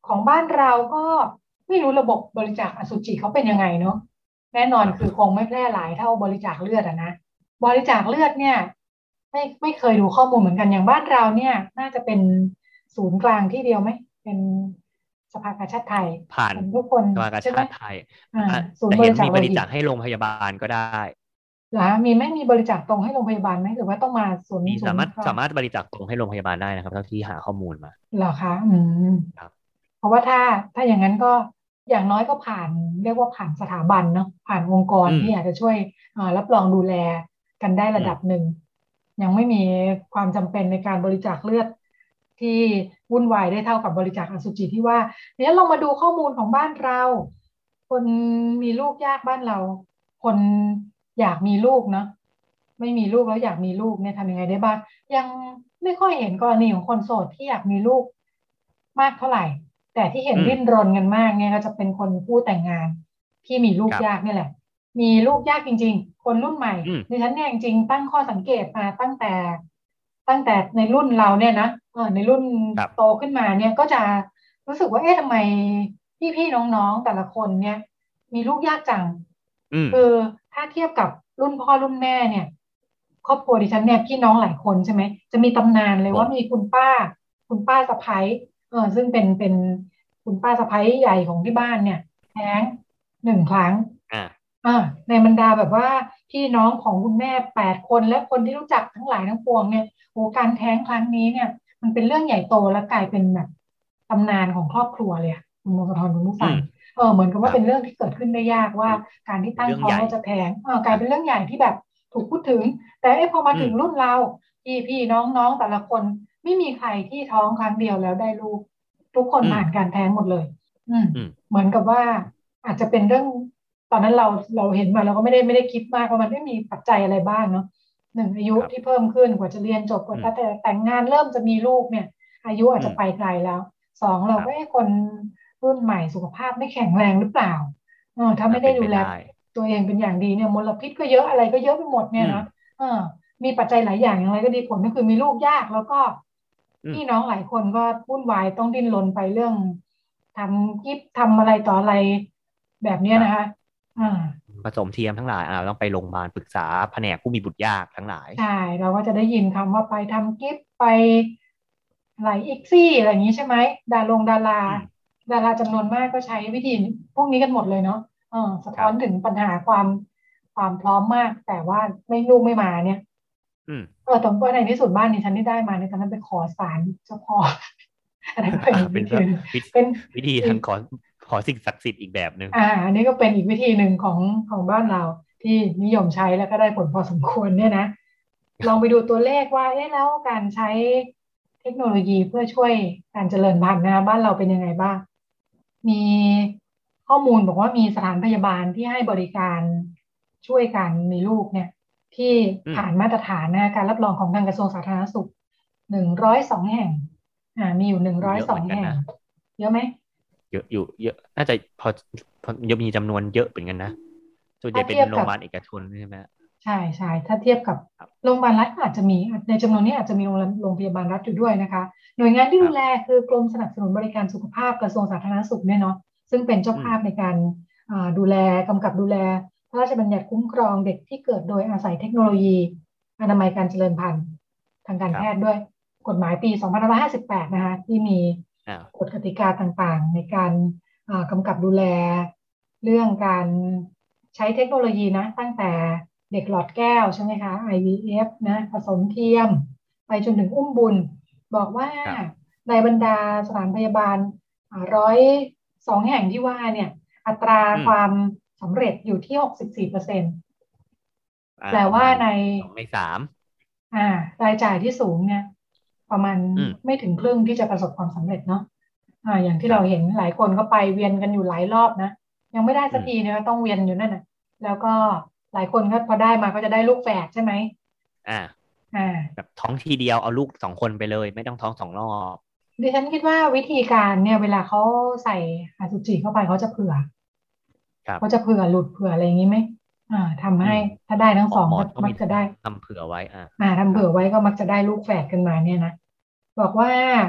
ของบ้านเราก็ไม่รู้ระบบบริจาคอสุจิเขาเป็นยังไงเนาะแน่นอนคือคงไม่แพร่หลายเท่าบริจาคเลือดอะนะบริจาคเลือดเนี่ยไม่เคยดูข้อมูลเหมือนกันอย่างบ้านเราเนี่ยน่าจะเป็นศูนย์กลางที่เดียวไหมเป็นสภากาชาดไทยผ่านทุกคนสภากาใช่ไหมชาดไทยศูนแต่ย์บริจาคเห็นมีบโลหิตริจาคให้โรงพยาบาลก็ได้เหรอมีไม่มีบริจาคตรงให้โรงพยาบาลไหมหรือว่าต้องมาศูนย์มีศูนย์กลางสามารถบริจาคตรงให้โรงพยาบาลได้นะครับเท่าที่หาข้อมูลมาเหรอคะครับเพราะว่าถ้าอย่างนั้นก็อย่างน้อยก็ผ่านเรียกว่าผ่านสถาบันเนาะผ่านองค์กรอืมที่อาจจะช่วยรับรองดูแลกันได้ระอืมดับหนึ่งยังไม่มีความจำเป็นในการบริจาคเลือดที่วุ่นวายได้เท่ากับบริจาคอสุจิที่ว่าเนี้ยเรามาดูข้อมูลของบ้านเราคนมีลูกยากบ้านเราคนอยากมีลูกเนาะไม่มีลูกแล้วอยากมีลูกเนี่ยทำยังไงได้บ้างยังไม่ค่อยเห็นกรณีของคนโสดที่อยากมีลูกมากเท่าไหร่ แต่ที่เห็นอืมดิ้นรนกันมากเนี่ยก็จะเป็นคนคู่แต่งงานที่มีลูกครับยากนี่แหละมีลูกยากจริงๆคนรุ่นใหม่อืมดิฉันเนี่ยจริงๆตั้งข้อสังเกตมาตั้งแต่ในรุ่นเราเนี่ยนะในรุ่นโตครับขึ้นมาเนี่ยก็จะรู้สึกว่าเอ๊ะทำไมพี่ๆน้องๆแต่ละคนเนี่ยมีลูกยากจังอืมคือถ้าเทียบกับรุ่นพ่อรุ่นแม่เนี่ยครอบครัวดิฉันเนี่ยพี่น้องหลายคนใช่ไหมจะมีตำนานเลยว่ามีผมคุณป้าสะใภ้ซึ่งเป็นคุณป้าสะใภ้ใหญ่ของที่บ้านเนี่ยแท้ง1 ครั้งอ่าอ่าในบรรดาแบบว่าพี่น้องของคุณแม่8 คนและคนที่รู้จักทั้งหลายทั้งปวงเนี่ยโอ้การแท้งครั้งนี้เนี่ยมันเป็นเรื่องใหญ่โตและกลายเป็นแบบตำนานของครอบครัวเลยอะคุณมงคลคุณผู้ฟังอืมเหมือนกับครับว่าเป็นเรื่องที่เกิดขึ้นได้ยากว่าการที่ตั้งท้องเป็นเรื่องใหญ่แล้วจะแท้งกลายอ่ะเป็นเรื่องใหญ่ที่แบบถูกพูดถึงแต่พอมาถึอืมงรุ่นเราพี่น้องแต่ละคนไม่มีใครที่ท้องครั้งเดียวแล้วได้ลูกทุกคนอืมผ่านการแท้งหมดเลยอืมอืมเหมือนกับว่าอาจจะเป็นเรื่องตอนนั้นเราเห็นมาเราก็ไม่ได้คิดมากว่ามันไม่มีปัจจัยอะไรบ้างเนาะอายุที่ครับเพิ่มขึ้นกว่าจะเรียนจบกว่าอืมจะแต่งงานเริ่มจะมีลูกเนี่ยอายุอาจอืมจะไปไกลแล้ว2เราครับก็คนรุ่นใหม่สุขภาพไม่แข็งแรงหรือเปล่าถ้าไม่ได้ดูแลเป็นไปได้ตัวเองเป็นอย่างดีเนี่ยมลพิษก็เยอะอะไรก็เยอะไปหมดเนี่อืมยนะเออมีปัจจัยหลายอย่างอย่างไรก็ดีผลก็คือมีลูกยากแล้วก็อืมพี่น้องหลายคนก็วุ่นวายต้องดิ้นรนไปเรื่องทำกิฟทำอะไรต่ออะไรแบบเนี้ยนะคะครับอ่าผสมเทียมทั้งหลายต้องไปโรงพยาบาลปรึกษาแผนกผู้มีบุตรยากทั้งหลายใช่เราก็จะได้ยินคำว่าไปทำกิฟไปอะไรอีกซี่อะไรอย่างนี้ใช่ไหมอืมดาราจำนวนมากก็ใช้วิธีพวกนี้กันหมดเลยเนาะสะท้อนถึงครับปัญหาความพร้อมมากแต่ว่าไม่ลูกไม่มาเนี่ยอืมตรงว่าในที่สุดบ้านนี้ฉันที่ได้มาในตอนนั้นไปขอศาลเจ้าพ่ออันนั้นก็เป็นอีกเป็นแบบวิธีหนึ่งวิธีเป็นวิธีอีกทางขอสิ่งศักดิ์สิทธิ์อีกแบบหนึ่งอันนี้ก็เป็นอีกวิธีหนึ่งของบ้านเราที่นิยมใช้แล้วก็ได้ผลพอสมควรเนี่ยนะลองไปดูตัวเลขว่าแล้วการใช้เทคโนโลยีเพื่อช่วยการเจริญพันธุ์นะคะบ้านเราเป็นยังไงบ้างมีข้อมูลบอกว่ามีสถานพยาบาลที่ให้บริการช่วยการมีลูกเนี่ยที่อืมผ่านมาตรฐานนะคะการรับรองของทางกระทรวงสาธารณสุข102 แห่งมีอยู่หนึ่งร้อยเยอะสองแห่งเหมือนกันนะเยอะไหมเยอะอยู่เยอะน่าจะพอยังมีจำนวนเยอะเหมือนกันนะส่วนใหถ้าญ่เป็นเทียบกับโรงพยาบาลเอกชนใช่ไหมใช่ถ้าเทียบกับครับโรงพยาบาลรัฐอาจจะมีในจำนวนนี้อาจจะมีโรงพยาบาลรัฐอยู่ด้วยนะคะหน่วยงานที่ดูแลครับคือกรมสนับสนุนบริการสุขภาพกระทรวงสาธารณสุขเนี่ยเนาะซึ่งเป็นเจ้าอืมภาพในการดูแลกำกับดูแลพระราชบัญญัติคุ้มครองเด็กที่เกิดโดยอาศัยเทคโนโลยีอนามัยการเจริญพันธุ์ทางการครับแพทย์ด้วยกฎหมายปี2558นะคะที่มีอ่ากฎกติกาต่างๆในการกำกับดูแลเรื่องการใช้เทคโนโลยีนะตั้งแต่เด็กหลอดแก้วใช่ไหมคะ IVF นะผสมเทียมไปจนถึงอุ้มบุญบอกว่าครับในบรรดาสถานพยาบาล102 แห่งที่ว่าเนี่ยอัตราอืมความสำเร็จอยู่ที่64%แปลประมาณว่าใน 2 ใน 3 รายจ่ายที่สูงเนี่ยประมาณอืมไม่ถึงครึ่งที่จะประสบความสำเร็จเนาะอย่างที่ครับเราเห็นหลายคนก็ไปเวียนกันอยู่หลายรอบนะยังไม่ได้สัอืมกทีเนี่ยต้องเวียนอยู่นั่นน่ะแล้วก็หลายคนก็พอได้มาก็จะได้ลูกแฝดใช่ไหมอ่าอ่าแบบท้องทีเดียวเอาลูก2 คนไปเลยไม่ต้องท้อง2 รอบดิฉันคิดว่าวิธีการเนี่ยเวลาเขาใส่อสุจิเข้าไปเขาจะเผื่อครับหลุดเผื่ออะไรอย่างนี้ไหมทำให้อืมถ้าได้ทั้งหมอสองก็หมอต้องมีมักจะได้ทำเผื่อไว้ทำครับเผื่อไว้ก็มักจะได้ลูกแฝดกันมาเนี่ยนะบอกว่า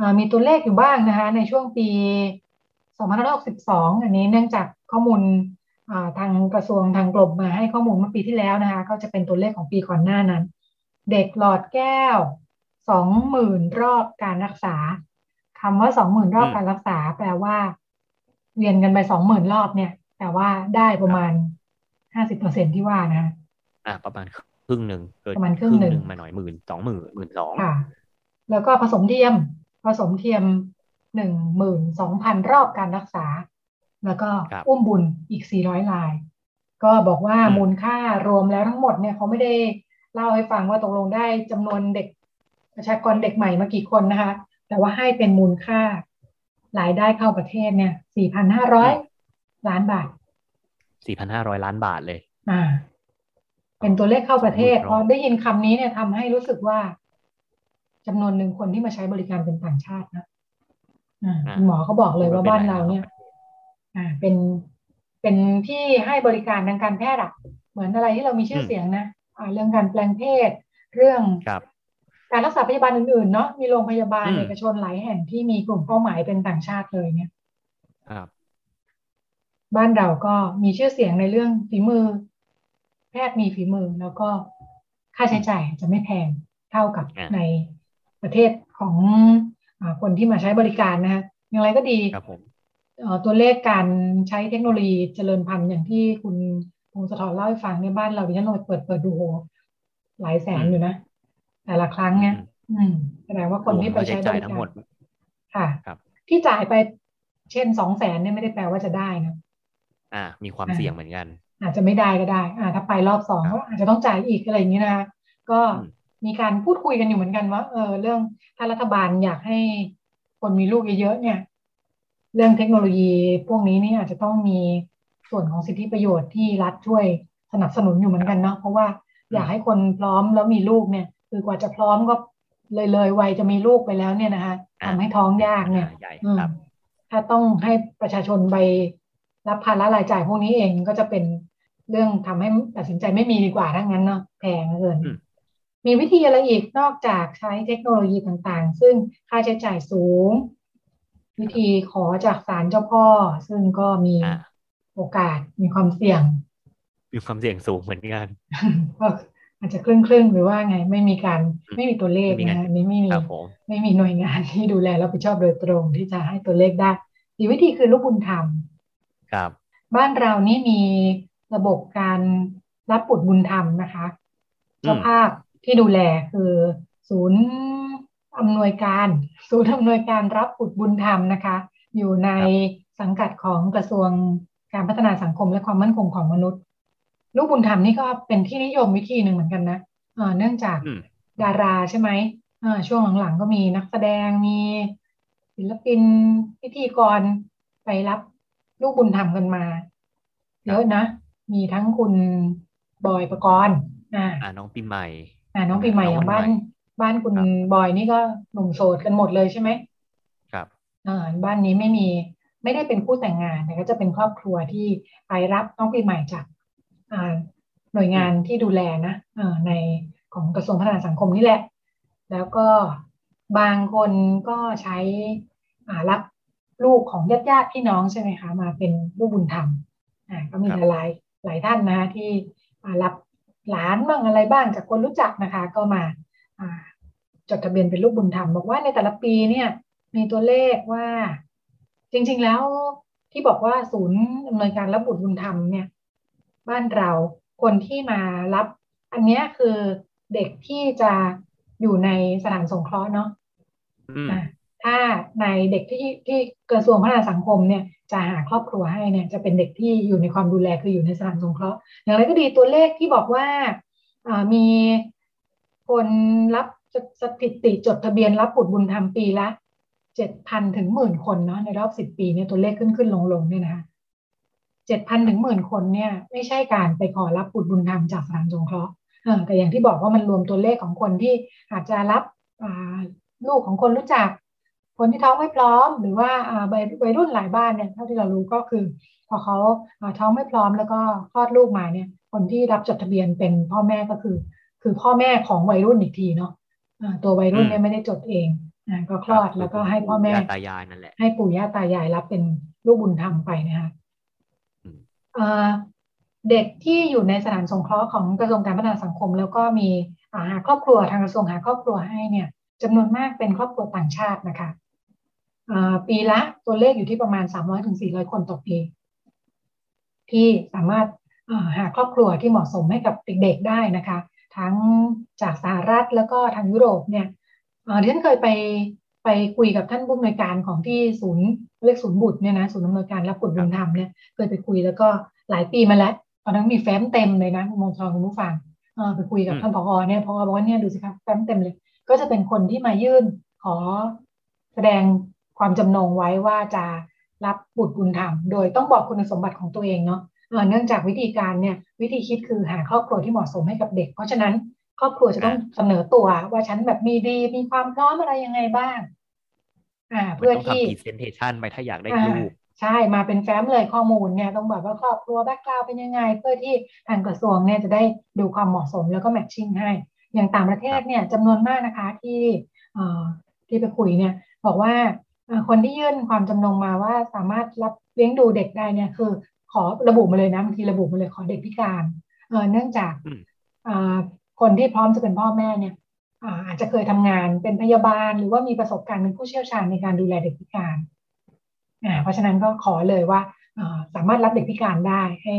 มีตัวเลขอยู่บ้างนะคะในช่วงปี2562อันนี้เนื่องจากข้อมูลทางกระทรวงทางกรมมาให้ข้อมูลเมื่อปีที่แล้วนะคะก็จะเป็นตัวเลขของปีก่อนหน้านั้นเด็กหลอดแก้ว20,000รอบการรักษาคำว่า20,000รอบการรักษาแปลว่าเวียนกันไป20,000รอบเนี่ยแต่ว่าได้ประมาณ50%ที่ว่านะประมาณครึ่งหนึ่งเกินประมาณคครึ่งหนึ่งมาหน่อย12,000 ค่ะแล้วก็ผสมเทียม12,000 รอบการรักษาแล้วก็อุ้มบุญอีก400 รายก็บอกว่ามูลค่ารวมแล้วทั้งหมดเนี่ยเขาไม่ได้เล่าให้ฟังว่าตกลงได้จำนวนเด็กประชากรเด็กใหม่มากี่คนนะคะแต่ว่าให้เป็นมูลค่ารายได้เข้าประเทศเนี่ย4,500 ล้านบาท 4,500 ล้านบาทเลยเป็นตัวเลขเข้าประเทศพอได้ยินคำนี้เนี่ยทำให้รู้สึกว่าจำนวนหนึ่งคนที่มาใช้บริการเป็นต่างชาตินะคุณหมอเขาบอกเลยว่าบ้านเราเนี่ยเป็นที่ให้บริการทางการแพทย์เหมือนอะไรที่เรามีชื่อเสียงนะเรื่องการแปลงเพศเรื่องการรักษาพยาบาลอื่นๆเนาะมีโรงพยาบาลเอกชนหลายแห่งที่มีกลุ่มเป้าหมายเป็นต่างชาติเลยเนี่ยบ้านเราก็มีชื่อเสียงในเรื่องฝีมือแพทย์มีฝีมือแล้วก็ค่าใช้จ่ายจะไม่แพงเท่ากับในประเทศของคนที่มาใช้บริการนะคะอย่างไรก็ดีตัวเลขการใช้เทคโนโลยีเจริญพันธุ์อย่างที่คุณพงศธรเล่าให้ฟังในบ้านเราดิฉันเปิดดูโหหลายแสนอยู่นะแต่ละครั้งเนี่ยแสดงว่าคนที่ไปใช้บริการค่ะที่จ่ายไปเช่น200,000เนี่ยไม่ได้แปลว่าจะได้นะมีความเสี่ยงเหมือนกันอาจจะไม่ได้ก็ได้ถ้าไปรอบ2ก็อาจจะต้องจ่ายอีกอะไรอย่างนี้นะคะก็มีการพูดคุยกันอยู่เหมือนกันว่าเรื่องถ้ารัฐบาลอยากให้คนมีลูกเยอะๆเนี่ยเรื่องเทคโนโลยีพวกนี้นี่อาจจะต้องมีส่วนของสิทธิประโยชน์ที่รัฐช่วยสนับสนุนอยู่เหมือนกันเนาะเพราะว่าอยากให้คนพร้อมแล้วมีลูกเนี่ยคือกว่าจะพร้อมก็เลยวัยจะมีลูกไปแล้วเนี่ยนะคะทำให้ท้องยากเนี่ยถ้าต้องให้ประชาชนไปรับภาระรายจ่ายพวกนี้เองก็จะเป็นเรื่องทำให้ตัดสินใจไม่มีดีกว่าทั้งนั้นเนาะแพงเกินมีวิธีอะไรอีกนอกจากใช้เทคโนโลยีต่างๆซึ่งค่าใช้จ่ายสูงวิธีขอจากศาลเจ้าพ่อซึ่งก็มีโอกาสมีความเสี่ยงสูงเหมือนกันก็อาจจะครึ่งหรือว่าไงไม่มีตัวเลขนะนี่ไม่มีหน่วยงานที่ดูแลรับผิดชอบโดยตรงที่จะให้ตัวเลขได้อีกวิธีคือลูกบุญธรรมครับบ้านเรานี่มีระบบการรับบุตรบุญธรรมนะคะเจ้าภาพที่ดูแลคือศูนย์อำนวยการรับบุตรบุญธรรมนะคะอยู่ในสังกัดของกระทรวงการพัฒนาสังคมและความมั่นคงของมนุษย์ลูกบุญธรรมนี่ก็เป็นที่นิยมวิธีหนึ่งเหมือนกันนะเนื่องจากดาราใช่ไหมช่วงหลังๆก็มีนักแสดงมีศิลปินพิธีกรไปรับลูกบุญธรรมกันมาเยอะนะมีทั้งคุณบอยปกรณ์น้องปีใหม่น้องปีใหม่อย่างบ้านคุณบอยนี่ก็หนุ่มโสดกันหมดเลยใช่ไหมครับบ้านนี้ไม่ได้เป็นคู่แต่งงานแต่ก็จะเป็นครอบครัวที่ไปรับน้องปีใหม่จากหน่วยงานที่ดูแลนะในของกระทรวงพัฒนาสังคมนี่แหละแล้วก็บางคนก็ใช้รับลูกของญาติพี่น้องใช่ไหมคะมาเป็นลูกบุญธรรมก็มีหลายท่านนะที่รับหลานบ้างอะไรบ้างจากคนรู้จักนะคะก็มาจดทะเบียนเป็นลูกบุญธรรมบอกว่าในแต่ละปีเนี่ยมีตัวเลขว่าจริงๆแล้วที่บอกว่าศูนย์อำนวยการรับบุตรบุญธรรมเนี่ยบ้านเราคนที่มารับอันนี้คือเด็กที่จะอยู่ในสถานสงเคราะห์เนาะถ้าในเด็กที่กระทรวงพัฒนาสังคมเนี่ยจะหาครอบครัวให้เนี่ยจะเป็นเด็กที่อยู่ในความดูแลคืออยู่ในสถานสงเคราะห์อย่างไรก็ดีตัวเลขที่บอกว่ามีคนรับสถิติจดทะเบียนรับบุตรบุญธรรมปีละ 7,000 ถึง 10,000 คนเนาะในรอบ10 ปีเนี่ยตัวเลขขึ้นลงเนี่ยนะคะ 7,000 ถึง 10,000 คนเนี่ยไม่ใช่การไปขอรับบุตรบุญธรรมจากสถานสงเคราะห์แต่อย่างที่บอกว่ามันรวมตัวเลขของคนที่อาจจะรับลูกของคนรู้จักคนที่ท้องไม่พร้อมหรือว่าวัยรุ่นหลายบ้านเนี่ยเท่าที่เรารู้ก็คือพอเขาท้องไม่พร้อมแล้วก็คลอดลูกมาเนี่ยคนที่รับจดทะเบียนเป็นพ่อแม่ก็คือพ่อแม่ของวัยรุ่นอีกทีเนาะตัววัยรุ่นเนี่ยไม่ได้จดเองก็คลอดแล้วก็ให้พ่อแม่ตายายนั่นแหละให้ปู่ย่าตายายรับเป็นลูกบุญธรรมไปนะคะเด็กที่อยู่ในสถานสงเคราะห์ของกระทรวงการพัฒนาสังคมแล้วก็มีหาครอบครัวทางกระทรวงหาครอบครัวให้เนี่ยจำนวนมากเป็นครอบครัวต่างชาตินะคะปีละตัวเลขอยู่ที่ประมาณ300-400 คนต่อปีที่สามารถหาครอบครัวที่เหมาะสมให้กับเด็กๆได้นะคะทั้งจากสหรัฐแล้วก็ทางยุโรปเนี่ยดิฉันเคยไปคุยกับท่านผู้อำนวยการของที่ศูนย์เรียกศูนย์บุตรเนี่ยนะศูนย์อำนวยการรับบุตรบุญธรรมเนี่ยเคยไปคุยแล้วก็หลายปีมาแล้วตอนนั้นมีแฟ้มเต็มเลยนะมงคลคุณผู้ฟังไปคุยกับท่านผอ.เนี่ยผอ.บอกว่าเนี่ยดูสิครับแฟ้มเต็มเลยก็จะเป็นคนที่มายื่นขอแสดงความจำนงไว้ว่าจะรับบุตรบุญธรรมโดยต้องบอกคุณสมบัติของตัวเองเนาะเนื่องจากวิธีการเนี่ยวิธีคิดคือหาครอบครัวที่เหมาะสมให้กับเด็กเพราะฉะนั้นครอบครัวจะต้องเสนอตัวว่าฉันแบบมีดีมีความพร้อมอะไรยังไงบ้างเพื่อที่ต้องทำ presentation ไปถ้าอยากได้ลูกใช่มาเป็นแฟ้มเลยข้อมูลเนี่ยต้องบอกว่าครอบครัวแบ็คกราวด์เป็นยังไงเพื่อที่ทางกระทรวงเนี่ยจะได้ดูความเหมาะสมแล้วก็แมทชิ่งให้อย่างต่างประเทศเนี่ยจำนวนมากนะคะที่ไปคุยเนี่ยบอกว่าคนที่ยื่นความจำนงมาว่าสามารถรับเลี้ยงดูเด็กได้เนี่ยคือขอระบุมาเลยนะบางทีระบุมาเลยขอเด็กพิการเนื่องจากคนที่พร้อมจะเป็นพ่อแม่เนี่ยอาจจะเคยทำงานเป็นพยาบาลหรือว่ามีประสบการณ์เป็นผู้เชี่ยวชาญในการดูแลเด็กพิการเพราะฉะนั้นก็ขอเลยว่าสามารถรับเด็กพิการได้ให้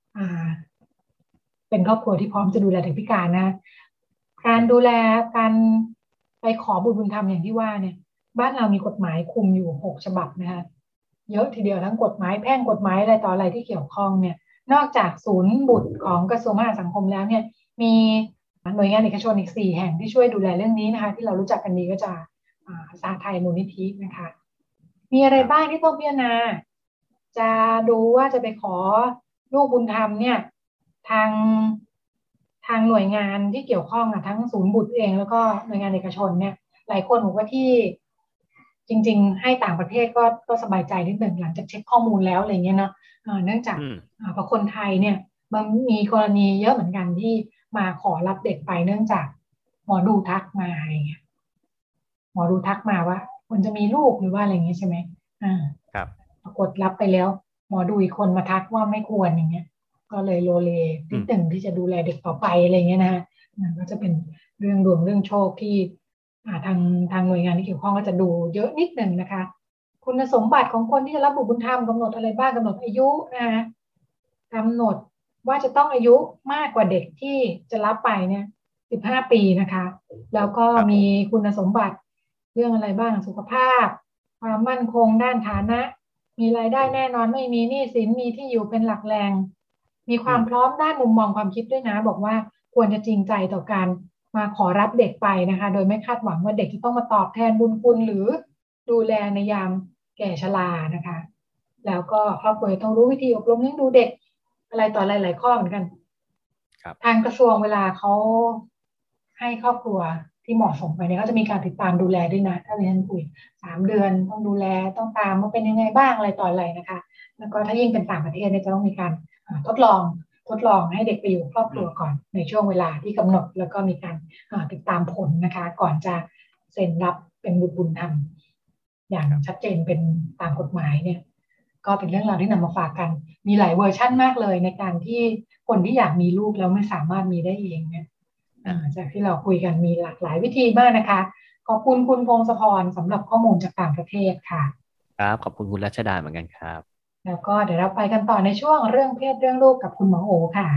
เป็นครอบครัวที่พร้อมจะดูแลเด็กพิการนะการดูแลการไปขอบุตรบุญธรรมอย่างที่ว่าเนี่ยบ้านเรามีกฎหมายคุมอยู่6 ฉบับนะคะเยอะทีเดียวทั้งกฎหมายแพ่งกฎหมายอะไรต่ออะไรที่เกี่ยวข้องเนี่ยนอกจากศูนย์บุตรของกระทรวงพัฒนาสังคมแล้วเนี่ยมีหน่วยงานเอกชนอีก4 แห่งที่ช่วยดูแลเรื่องนี้นะคะที่เรารู้จักกันดีก็จะสหไทยมูลนิธินะคะมีอะไรบ้างที่ต้องพิจารณาจะดูว่าจะไปขอลูกบุญธรรมเนี่ยทางหน่วยงานที่เกี่ยวข้องทั้งศูนย์บุตรเองแล้วก็หน่วยงานเอกชนเนี่ยหลายคนบอกว่าที่จริงๆให้ต่างประเทศก็สบายใจนิดหนึ่งหลังจากเช็คข้อมูลแล้วอะไรเงี้ยเนาะเนื่องจากพอคนไทยเนี่ยมันมีกรณีเยอะเหมือนกันที่มาขอรับเด็กไปเนื่องจากหมอดูทักมาอะไรเงี้ยหมอดูทักมาว่าควรจะมีลูกหรือว่าอะไรเงี้ยใช่ไหมครับปรากฏรับไปแล้วหมอดูอีกคนมาทักว่าไม่ควรอย่างเงี้ยก็เลยโลเลนิดหนึ่งที่จะดูแลเด็กต่อไปอะไรเงี้ยนะฮะก็จะเป็นเรื่องดวงเรื่องโชคที่ทางหน่วยงานที่เกี่ยวข้องก็จะดูเยอะนิดหนึ่งนะคะคุณสมบัติของคนที่จะรับบุตรบุญธรรมกำหนดอะไรบ้างกำหนดอายุนะกำหนดว่าจะต้องอายุมากกว่าเด็กที่จะรับไปเนี่ย15 ปีนะคะแล้วก็มีคุณสมบัติเรื่องอะไรบ้างสุขภาพความมั่นคงด้านฐานะมีรายได้แน่นอนไม่มีหนี้สินมีที่อยู่เป็นหลักแหล่งมีความพร้อมด้านมุมมองความคิดด้วยนะบอกว่าควรจะจริงใจต่อการมาขอรับเด็กไปนะคะโดยไม่คาดหวังว่าเด็กจะต้องมาตอบแทนบุญคุณหรือดูแลในยามแก่ชรานะคะแล้วก็ครอบครัวต้องรู้วิธีอบรมเลี้ยงดูเด็กอะไรต่ออะไรหลายข้อเหมือนกันทางกระทรวงเวลาเขาให้ครอบครัวที่เหมาะสมไปเนี่ยเขาจะมีการติดตามดูแลด้วยนะถ้าเรียนคุย3 เดือนต้องดูแลต้องตามว่าเป็นยังไงบ้างอะไรต่ออะไรนะคะแล้วก็ถ้ายิ่งเป็นต่างประเทศเนี่ยจะต้องมีการทดลองให้เด็กไปอยู่ครอบครัวก่อนในช่วงเวลาที่กำหนดแล้วก็มีการติดตามผลนะคะก่อนจะเซ็นรับเป็นบุตรบุญธรรมอย่างชัดเจนเป็นตามกฎหมายเนี่ยก็เป็นเรื่องราวที่นำมาฝากกันมีหลายเวอร์ชั่นมากเลยในการที่คนที่อยากมีลูกแล้วไม่สามารถมีได้เองเนี่ยจากที่เราคุยกันมีหลากหลายวิธีมากนะคะขอบคุณคุณพงศธรสำหรับข้อมูลจากต่างประเทศค่ะครับขอบคุณคุณรัชดาเหมือนกันครับแล้วก็เดี๋ยวเราไปกันต่อในช่วงเรื่องเพศเรื่องลูกกับคุณหมอโอค่ะ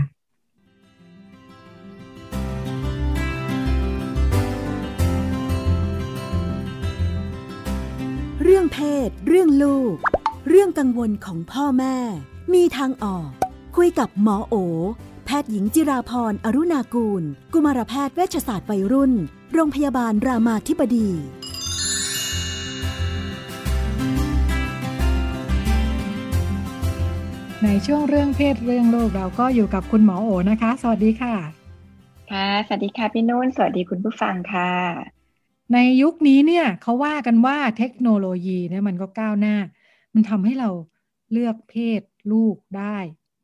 เรื่องเพศเรื่องลูกเรื่องกังวลของพ่อแม่มีทางออกคุยกับหมอโอแพทย์หญิงจิราพรอรุณากูลกุมารแพทย์เวชศาสตร์วัยรุ่นโรงพยาบาลรามาธิบดีในช่วงเรื่องเพศเรื่องโลกเราก็อยู่กับคุณหมอโอนะคะสวัสดีค่ะค่ะสวัสดีค่ะพี่นุ่นสวัสดีคุณผู้ฟังค่ะในยุคนี้เนี่ยเขาว่ากันว่าเทคโนโลยีเนี่ยมันก็ก้าวหน้ามันทำให้เราเลือกเพศลูกได้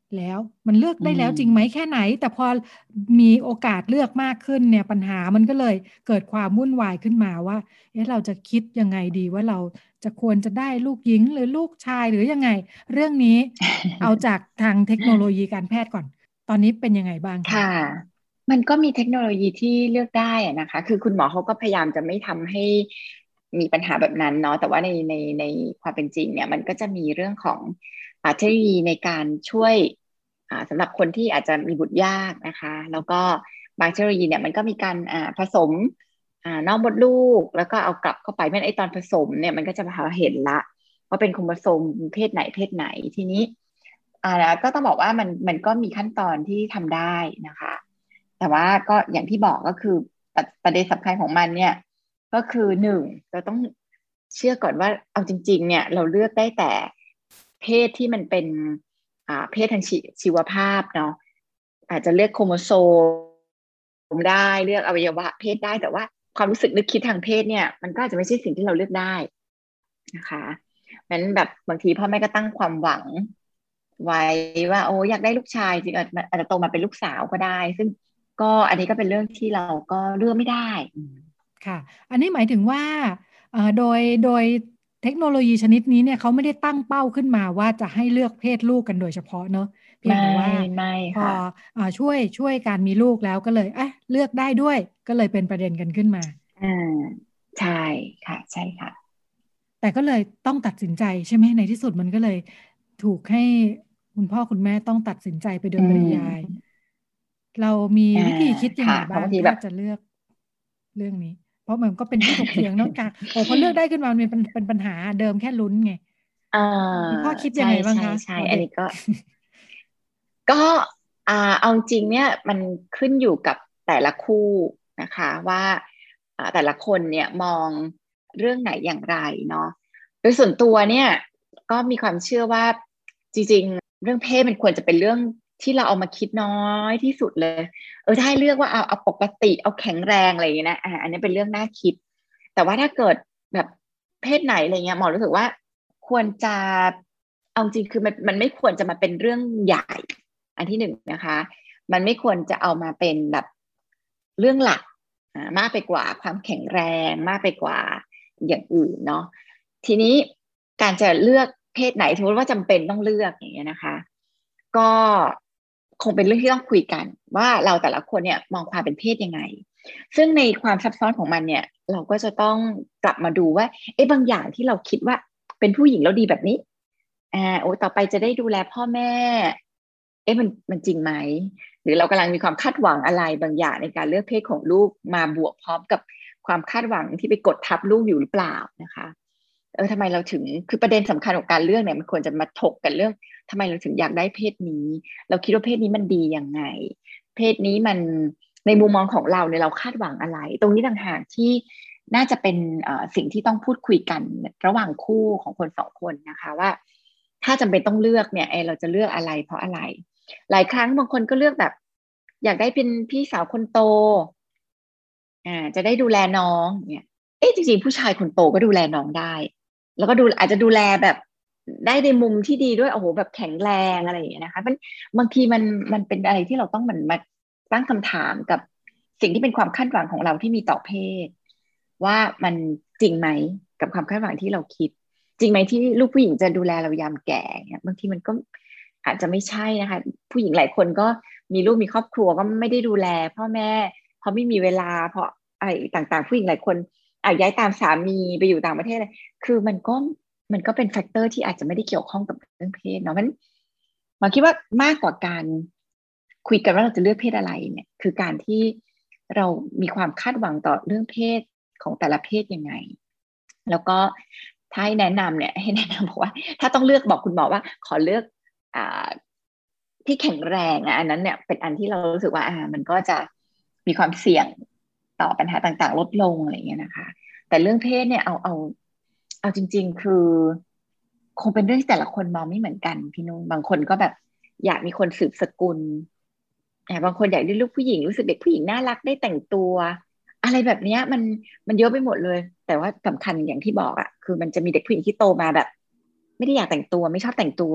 แล้วมันเลือกได้แล้วจริงไหมแค่ไหนแต่พอมีโอกาสเลือกมากขึ้นเนี่ยปัญหามันก็เลยเกิดความวุ่นวายขึ้นมาว่าเราจะคิดยังไงดีว่าเราจะควรจะได้ลูกหญิงหรือลูกชายหรือยังไงเรื่องนี้ เอาจากทางเทคโนโลยีการแพทย์ก่อนตอนนี้เป็นยังไงบ้างคะค่ะมันก็มีเทคโนโลยีที่เลือกได้นะคะ คือคุณหมอเขาก็พยายามจะไม่ทำให้มีปัญหาแบบนั้นเนาะแต่ว่าในความเป็นจริงเนี่ยมันก็จะมีเรื่องของเทคโนโลยีในการช่วยสำหรับคนที่อาจจะมีบุตรยากนะคะแล้วก็บางเทคโนโลยีเนี่ยมันก็มีการผสมนอกมดลูกแล้วก็เอากลับเข้าไปไอ้ตอนผสมเนี่ยมันก็จะเห็นละว่าเป็นโครโมโซมเพศไหนทีนี้ก็ต้องบอกว่ามันก็มีขั้นตอนที่ทำได้นะคะแต่ว่าก็อย่างที่บอกก็คือประเด็นสำคัญของมันเนี่ยก็คือหนึ่งเราต้องเชื่อก่อนว่าเอาจริงๆเนี่ยเราเลือกได้แต่เพศที่มันเป็นเพศทางชีวภาพเนาะอาจจะเลือกโครโมโซมได้เลือกอวัยวะเพศได้แต่ว่าความรู้สึกนึกคิดทางเพศเนี่ยมันก็อาจจะไม่ใช่สิ่งที่เราเลือกได้นะคะงั้นแบบบางทีพ่อแม่ก็ตั้งความหวังไว้ว่าโอ้อยากได้ลูกชายจริงอาจจะโตมาเป็นลูกสาวก็ได้ซึ่งก็อันนี้ก็เป็นเรื่องที่เราก็เลือกไม่ได้ค่ะอันนี้หมายถึงว่าโดยเทคโนโลยีชนิดนี้เนี่ยเขาไม่ได้ตั้งเป้าขึ้นมาว่าจะให้เลือกเพศลูกกันโดยเฉพาะเนอะเพียงแต่ว่าพอช่วยการมีลูกแล้วก็เลยเลือกได้ด้วยก็เลยเป็นประเด็นกันขึ้นมาใช่ค่ะใช่ค่ะแต่ก็เลยต้องตัดสินใจใช่ไหมในที่สุดมันก็เลยถูกให้คุณพ่อคุณแม่ต้องตัดสินใจไปโดยปริยายเรามีวิธีคิดยังไงบ้างถ้าจะเลือกเรื่องนี้เพราะมันก็เป็นที่ถกเถียงนอกจากพอเลือกได้ขึ้นมามันเป็นปัญหาเดิมแค่ลุ้นไงคุณพ่อคิดยังไงบ้างคะใช่อันนี้ก็เอาจริงเนี่ยมันขึ้นอยู่กับแต่ละคู่นะคะว่าแต่ละคนเนี่ยมองเรื่องไหนอย่างไรเนาะโดยส่วนตัวเนี่ยก็มีความเชื่อว่าจริงๆเรื่องเพศมันควรจะเป็นเรื่องที่เราเอามาคิดน้อยที่สุดเลยถ้าให้เลือกว่าเอาปกติเอาแข็งแรงอะไรอย่างเงี้ยนะอันนี้เป็นเรื่องน่าคิดแต่ว่าถ้าเกิดแบบเพศไหนอะไรเงี้ยหมอรู้สึกว่าควรจะเอาจริงคือมันไม่ควรจะมาเป็นเรื่องใหญ่อันที่หนึ่งนะคะมันไม่ควรจะเอามาเป็นแบบเรื่องหลักมากไปกว่าความแข็งแรงมากไปกว่าอย่างอื่นเนาะทีนี้การจะเลือกเพศไหนสมมติว่าจำเป็นต้องเลือกอย่างเงี้ยนะคะก็คงเป็นเรื่องที่ต้องคุยกันว่าเราแต่ละคนเนี่ยมองความเป็นเพศยังไงซึ่งในความซับซ้อนของมันเนี่ยเราก็จะต้องกลับมาดูว่าบางอย่างที่เราคิดว่าเป็นผู้หญิงแล้วดีแบบนี้ต่อไปจะได้ดูแลพ่อแม่มันจริงไหมหรือเรากำลังมีความคาดหวังอะไรบางอย่างในการเลือกเพศของลูกมาบวกพร้อมกับความคาดหวังที่ไปกดทับลูกอยู่หรือเปล่านะคะทำไมเราถึงคือประเด็นสำคัญของการเลือกเนี่ยมันควรจะมาถกกันเรื่องทำไมเราถึงอยากได้เพศนี้เราคิดว่าเพศนี้มันดียังไงเพศนี้มันในมุมมองของเราเนี่ยเราคาดหวังอะไรตรงนี้ต่างหากที่น่าจะเป็นสิ่งที่ต้องพูดคุยกันระหว่างคู่ของคนสองคนนะคะว่าถ้าจำเป็นต้องเลือกเนี่ยเราจะเลือกอะไรเพราะอะไรหลายครั้งบางคนก็เลือกแบบอยากได้เป็นพี่สาวคนโตจะได้ดูแลน้องเนี่ยจริงๆผู้ชายคนโตก็ดูแลน้องได้แล้วก็อาจจะดูแลแบบได้ในมุมที่ดีด้วยโอ้โหแบบแข็งแรงอะไรอย่างเงี้ยนะคะบางทีมันเป็นอะไรที่เราต้องเหมือนมาตั้งคำถามกับสิ่งที่เป็นความคาดหวังของเราที่มีต่อเพศว่ามันจริงไหมกับความคาดหวังที่เราคิดจริงไหมที่ลูกผู้หญิงจะดูแลเรายามแก่เนี่ยบางทีมันก็อาจจะไม่ใช่นะคะผู้หญิงหลายคนก็มีลูกมีครอบครัวก็ไม่ได้ดูแลพ่อแม่เพราะไม่มีเวลาเพราะอะไรต่างๆผู้หญิงหลายคนย้ายตามสามีไปอยู่ต่างประเทศเลยคือมันก็เป็นแฟกเตอร์ที่อาจจะไม่ได้เกี่ยวข้องกับเรื่องเพศเนาะเพราะฉะนั้นหมอคิดว่ามากกว่าการคุยกันว่าเราจะเลือกเพศอะไรเนี่ยคือการที่เรามีความคาดหวังต่อเรื่องเพศของแต่ละเพศยังไงแล้วก็ถ้าให้แนะนำเนี่ยให้แนะนำบอกว่าถ้าต้องเลือกบอกคุณหมอว่าขอเลือกที่แข็งแรงอันนั้นเนี่ยเป็นอันที่เรารู้สึกว่ามันก็จะมีความเสี่ยงต่อปัญหาต่างๆลดลงอะไรอย่างเงี้ยนะคะแต่เรื่องเพศเนี่ยเอาจริงๆคือคงเป็นเรื่องที่แต่ละคนมองไม่เหมือนกันพี่นุ่นบางคนก็แบบอยากมีคนสืบสกุลบางคนอยากได้ลูกผู้หญิงรู้สึกเด็กผู้หญิงน่ารักได้แต่งตัวอะไรแบบนี้มันเยอะไปหมดเลยแต่ว่าสำคัญอย่างที่บอกคือมันจะมีเด็กผู้หญิงที่โตมาแบบไม่ได้อยากแต่งตัวไม่ชอบแต่งตัว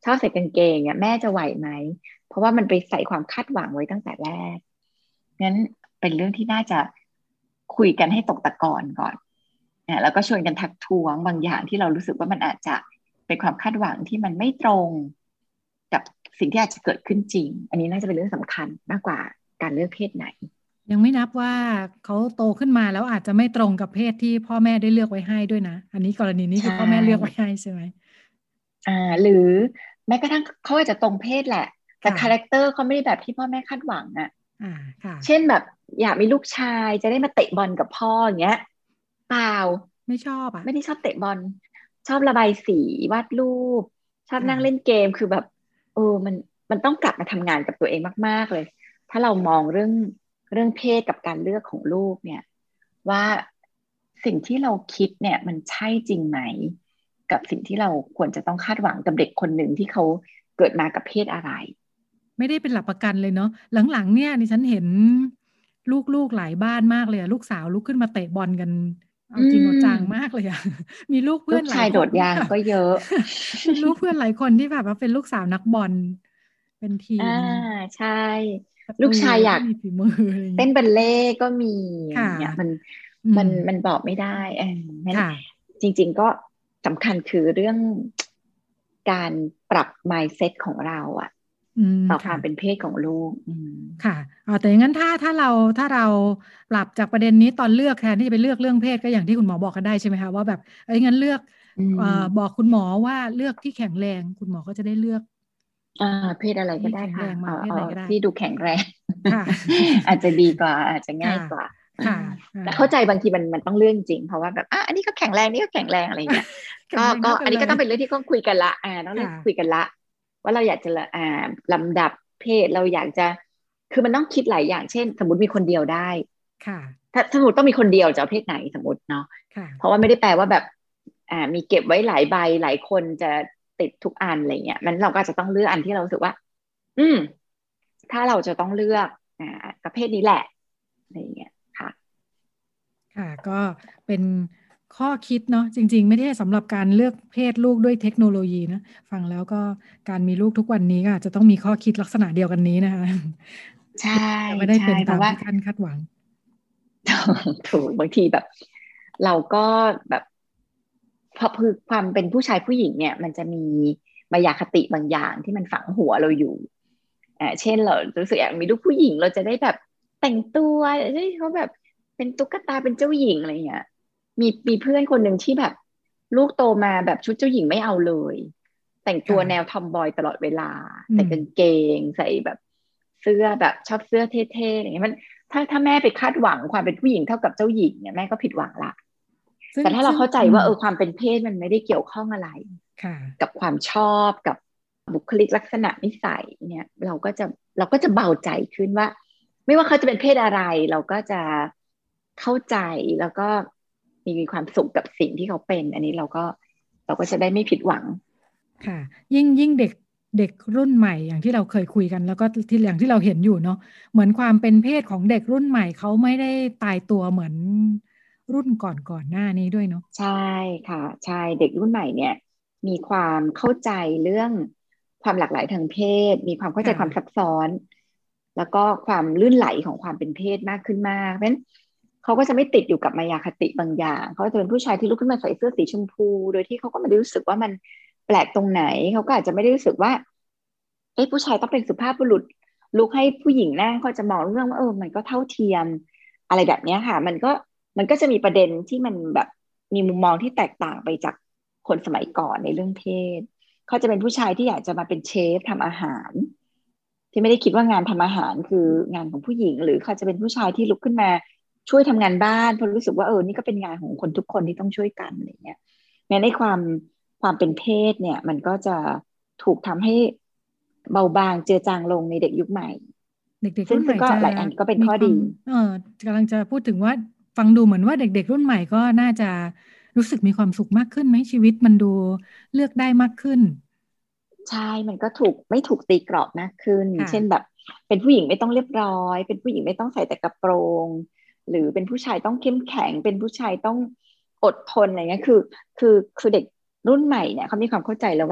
ชอบใส่กางเกงเนี่ยแม่จะไหวไหมเพราะว่ามันไปใส่ความคาดหวังไว้ตั้งแต่แรกงั้นเป็นเรื่องที่น่าจะคุยกันให้ตกตะกอนก่อนแล้วก็ชวนกันทักท้วงบางอย่างที่เรารู้สึกว่ามันอาจจะเป็นความคาดหวังที่มันไม่ตรงกับสิ่งที่อาจจะเกิดขึ้นจริงอันนี้น่าจะเป็นเรื่องสำคัญมากกว่าการเลือกเพศไหนยังไม่นับว่าเขาโตขึ้นมาแล้วอาจจะไม่ตรงกับเพศที่พ่อแม่ได้เลือกไว้ให้ด้วยนะอันนี้กรณีนี้คือพ่อแม่เลือกไว้ให้ใช่ไหมหรือแม้กระทั่งเขาอาจจะตรงเพศแหละแต่คาแรคเตอร์เขาไม่ได้แบบที่พ่อแม่คาดหวังอ่ะเช่นแบบอยากมีลูกชายจะได้มาเตะบอลกับพ่ออย่างเงี้ยเปล่าไม่ชอบไม่ได้ชอบเตะบอลชอบระบายสีวาดรูปชอบนั่งเล่นเกมคือแบบมันต้องกลับมาทำงานกับตัวเองมากๆเลยถ้าเรามองเรื่องเพศกับการเลือกของลูกเนี่ยว่าสิ่งที่เราคิดเนี่ยมันใช่จริงไหมกับสิ่งที่เราควรจะต้องคาดหวังกับเด็กคนหนึ่งที่เขาเกิดมากับเพศอะไรไม่ได้เป็นหลักประกันเลยเนาะหลังๆเนี่ยดิฉันเห็นลูกหลายบ้านมากเลยอะลูกสาวลุกขึ้นมาเตะบอลกันเอาจริงเอาจังมากเลยอะมีลูกเพื่อนหลายคนโดดยางก็เยอะมีลูกเพื่อนหลายคนที่แบบว่าเป็นลูกสาวนักบอลเป็นทีมใช่ลูกชายอยากมีฝีมือเต้นบัลเล่ก็มีเนี่ยมันบอกไม่ได้จริงๆก็สำคัญคือเรื่องการปรับ mindset ของเราอะต่อความเป็นเพศของลูกค่ะแต่อย่างนั้นถ้าเราปรับจากประเด็นนี้ตอนเลือกแทนที่จะไปเลือกเรื่องเพศก็อย่างที่คุณหมอบอกกันได้ใช่ไหมคะว่าแบบงั้นเลือกบอกคุณหมอว่าเลือกที่แข็งแรงคุณหมอก็จะได้เลือกเพศอะไรก็ได้ค่ะที่ดูแข็งแรงอาจจะดีกว่าอาจจะง่ายกว่าแต่เข้าใจบางทีมันต้องเรื่องจริงเพราะว่าแบบอันนี้ก็แข็งแรงนี่ก็แข็งแรงอะไรเงี้ยก็อันนี้ก็ต้องเป็นเรื่องที่ต้องคุยกันละต้องเรื่องคุยกันละว่าเราอยากจะลำดับเพศเราอยากจะคือมันต้องคิดหลายอย่างเช่นสมมติมีคนเดียวได้ถ้าสมมติต้องมีคนเดียวจะเอาเพศไหนสมมติเนาะเพราะว่าไม่ได้แปลว่าแบบมีเก็บไว้หลายใบหลายคนจะติดทุกอันอะไรเงี้ยมันเราก็จะต้องเลือกอันที่เรารู้สึกว่าถ้าเราจะต้องเลือกประเภทนี้แหละอะไรเงี้ยค่ะก็เป็นข้อคิดเนาะจริงๆไม่ได้สำหรับการเลือกเพศลูกด้วยเทคโนโลยีนะฟังแล้วก็การมีลูกทุกวันนี้ก็อาจจะต้องมีข้อคิดลักษณะเดียวกันนี้นะคะใช่ไม่ได้เป็นตามที่ท่านคาดหวังถูกบางทีแบบเราก็แบบเพราะคือความเป็นผู้ชายผู้หญิงเนี่ยมันจะมีมายาคติบางอย่างที่มันฝังหัวเราอยู่เช่นเรารู้สึกอยากมีลูกผู้หญิงเราจะได้แบบแต่งตัวให้เขาแบบเป็นตุ๊กตาเป็นเจ้าหญิงอะไรเงี้ยมีเพื่อนคนหนึ่งที่แบบลูกโตมาแบบชุดเจ้าหญิงไม่เอาเลยแต่งตัวแนวทอมบอยตลอดเวลาใส่กางเกงใส่แบบเสื้อแบบชอบเสื้อเท่ๆอะไรเงี้ยมันถ้าแม่ไปคาดหวังความเป็นผู้หญิงเท่ากับเจ้าหญิงเนี่ยแม่ก็ผิดหวังละแต่ถ้าเราเข้าใจว่าความเป็นเพศมันไม่ได้เกี่ยวข้องอะไรกับความชอบกับบุคลิกลักษณะนิสัยเนี่ยเราก็จะเบาใจขึ้นว่าไม่ว่าเขาจะเป็นเพศอะไรเราก็จะเข้าใจแล้วก็มีความสุขกับสิ่งที่เขาเป็นอันนี้เราก็จะได้ไม่ผิดหวังค่ะยิ่งเด็กรุ่นใหม่อย่างที่เราเคยคุยกันแล้วก็ที่อย่างที่เราเห็นอยู่เนาะเหมือนความเป็นเพศของเด็กรุ่นใหม่เขาไม่ได้ตายตัวเหมือนรุ่นก่อนหน้านี้ด้วยเนาะใช่ค่ะใช่เด็กรุ่นใหม่เนี่ยมีความเข้าใจเรื่องความหลากหลายทางเพศมีความเข้าใจความซับซ้อนแล้วก็ความลื่นไหลของความเป็นเพศมากขึ้นมากเพราะฉะนั้นเขาก็จะไม่ติดอยู่กับมายาคติบางอย่างเขาจะเป็นผู้ชายที่ลุกขึ้นมาใส่เสื้อสีชมพูโดยที่เขาก็ไม่ได้รู้สึกว่ามันแปลกตรงไหนเขาก็อาจจะไม่ได้รู้สึกว่าผู้ชายต้องเป็นสุภาพบุรุษลุกให้ผู้หญิงนั่งเขาจะมองเรื่องว่ามันก็เท่าเทียมอะไรแบบนี้ค่ะมันก็จะมีประเด็นที่มันแบบมีมุมมองที่แตกต่างไปจากคนสมัยก่อนในเรื่องเพศเขาจะเป็นผู้ชายที่อยากจะมาเป็นเชฟทำอาหารที่ไม่ได้คิดว่างานทำอาหารคืองานของผู้หญิงหรือเขาจะเป็นผู้ชายที่ลุกขึ้นมาช่วยทำงานบ้านเพราะรู้สึกว่านี่ก็เป็นงานของคนทุกคนที่ต้องช่วยกันอะไรเงี้ยแม้ในความเป็นเพศเนี่ยมันก็จะถูกทำให้เบาบางเจือจางลงในเด็กยุคใหม่เด็กๆรุ่นใหม่ก็หลายอันก็เป็นข้อดีกำลังจะพูดถึงว่าฟังดูเหมือนว่าเด็กๆรุ่นใหม่ก็น่าจะรู้สึกมีความสุขมากขึ้นไหมชีวิตมันดูเลือกได้มากขึ้นใช่มันก็ไม่ถูกตีกรอบมากขึ้นเช่นแบบเป็นผู้หญิงไม่ต้องเรียบร้อยเป็นผู้หญิงไม่ต้องใส่แต่กระโปรงหรือเป็นผู้ชายต้องเข้มแข็งเป็นผู้ชายต้องอดทนอะไรเงี้ยคือเด็กรุ่นใหม่เนี่ยเขามีความเข้าใจแล้วว่า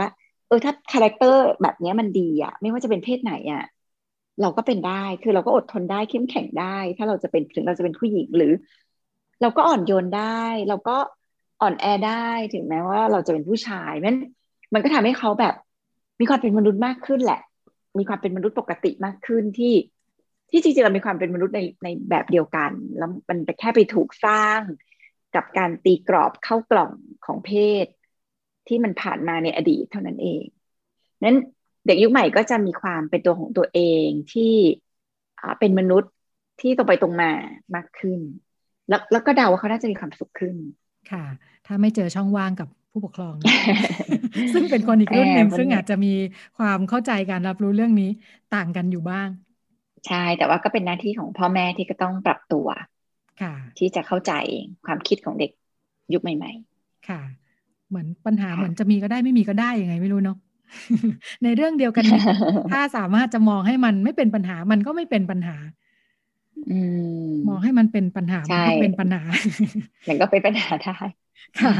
ถ้าคาแรคเตอร์แบบนี้มันดีอ่ะไม่ว่าจะเป็นเพศไหนอ่ะเราก็เป็นได้คือเราก็อดทนได้เข้มแข็งได้ถ้าเราจะเป็นถึงเราจะเป็นผู้หญิงหรือเราก็อ่อนโยนได้เราก็อ่อนแอได้ถึงแม้ว่าเราจะเป็นผู้ชายมันก็ทำให้เขาแบบมีความเป็นมนุษย์มากขึ้นแหละมีความเป็นมนุษย์ปกติมากขึ้นที่จริงๆเรามีความเป็นมนุษย์ในแบบเดียวกันแล้วมันแค่ไปถูกสร้างกับการตีกรอบเข้ากล่องของเพศที่มันผ่านมาในอดีตเท่านั้นเองนั้นเด็กยุคใหม่ก็จะมีความเป็นตัวของตัวเองที่เป็นมนุษย์ที่ตรงไปตรงมามากขึ้นแล้วก็เดาว่าเขาน่าจะมีความสุขขึ้นค่ะถ้าไม่เจอช่องว่างกับผู้ปกครอง ซึ่งเป็นคนอีกรุ่นหนึ่งซึ่งอาจจะมีความเข้าใจการรับรู้เรื่องนี้ต่างกันอยู่บ้างใช่แต่ว่าก็เป็นหน้าที่ของพ่อแม่ที่ก็ต้องปรับตัวค่ะที่จะเข้าใจความคิดของเด็กยุคใหม่ๆค่ะเหมือนปัญหาเหมือนจะมีก็ได้ไม่มีก็ได้ยังไงไม่รู้เนาะ ในเรื่องเดียวกันนี้ ถ้าสามารถจะมองให้มันไม่เป็นปัญหามันก็ไม่เป็นปัญหามองให้มันเป็นปัญหามันก็เป็นปัญหามันก็เป็นปัญหาได้ค่ะ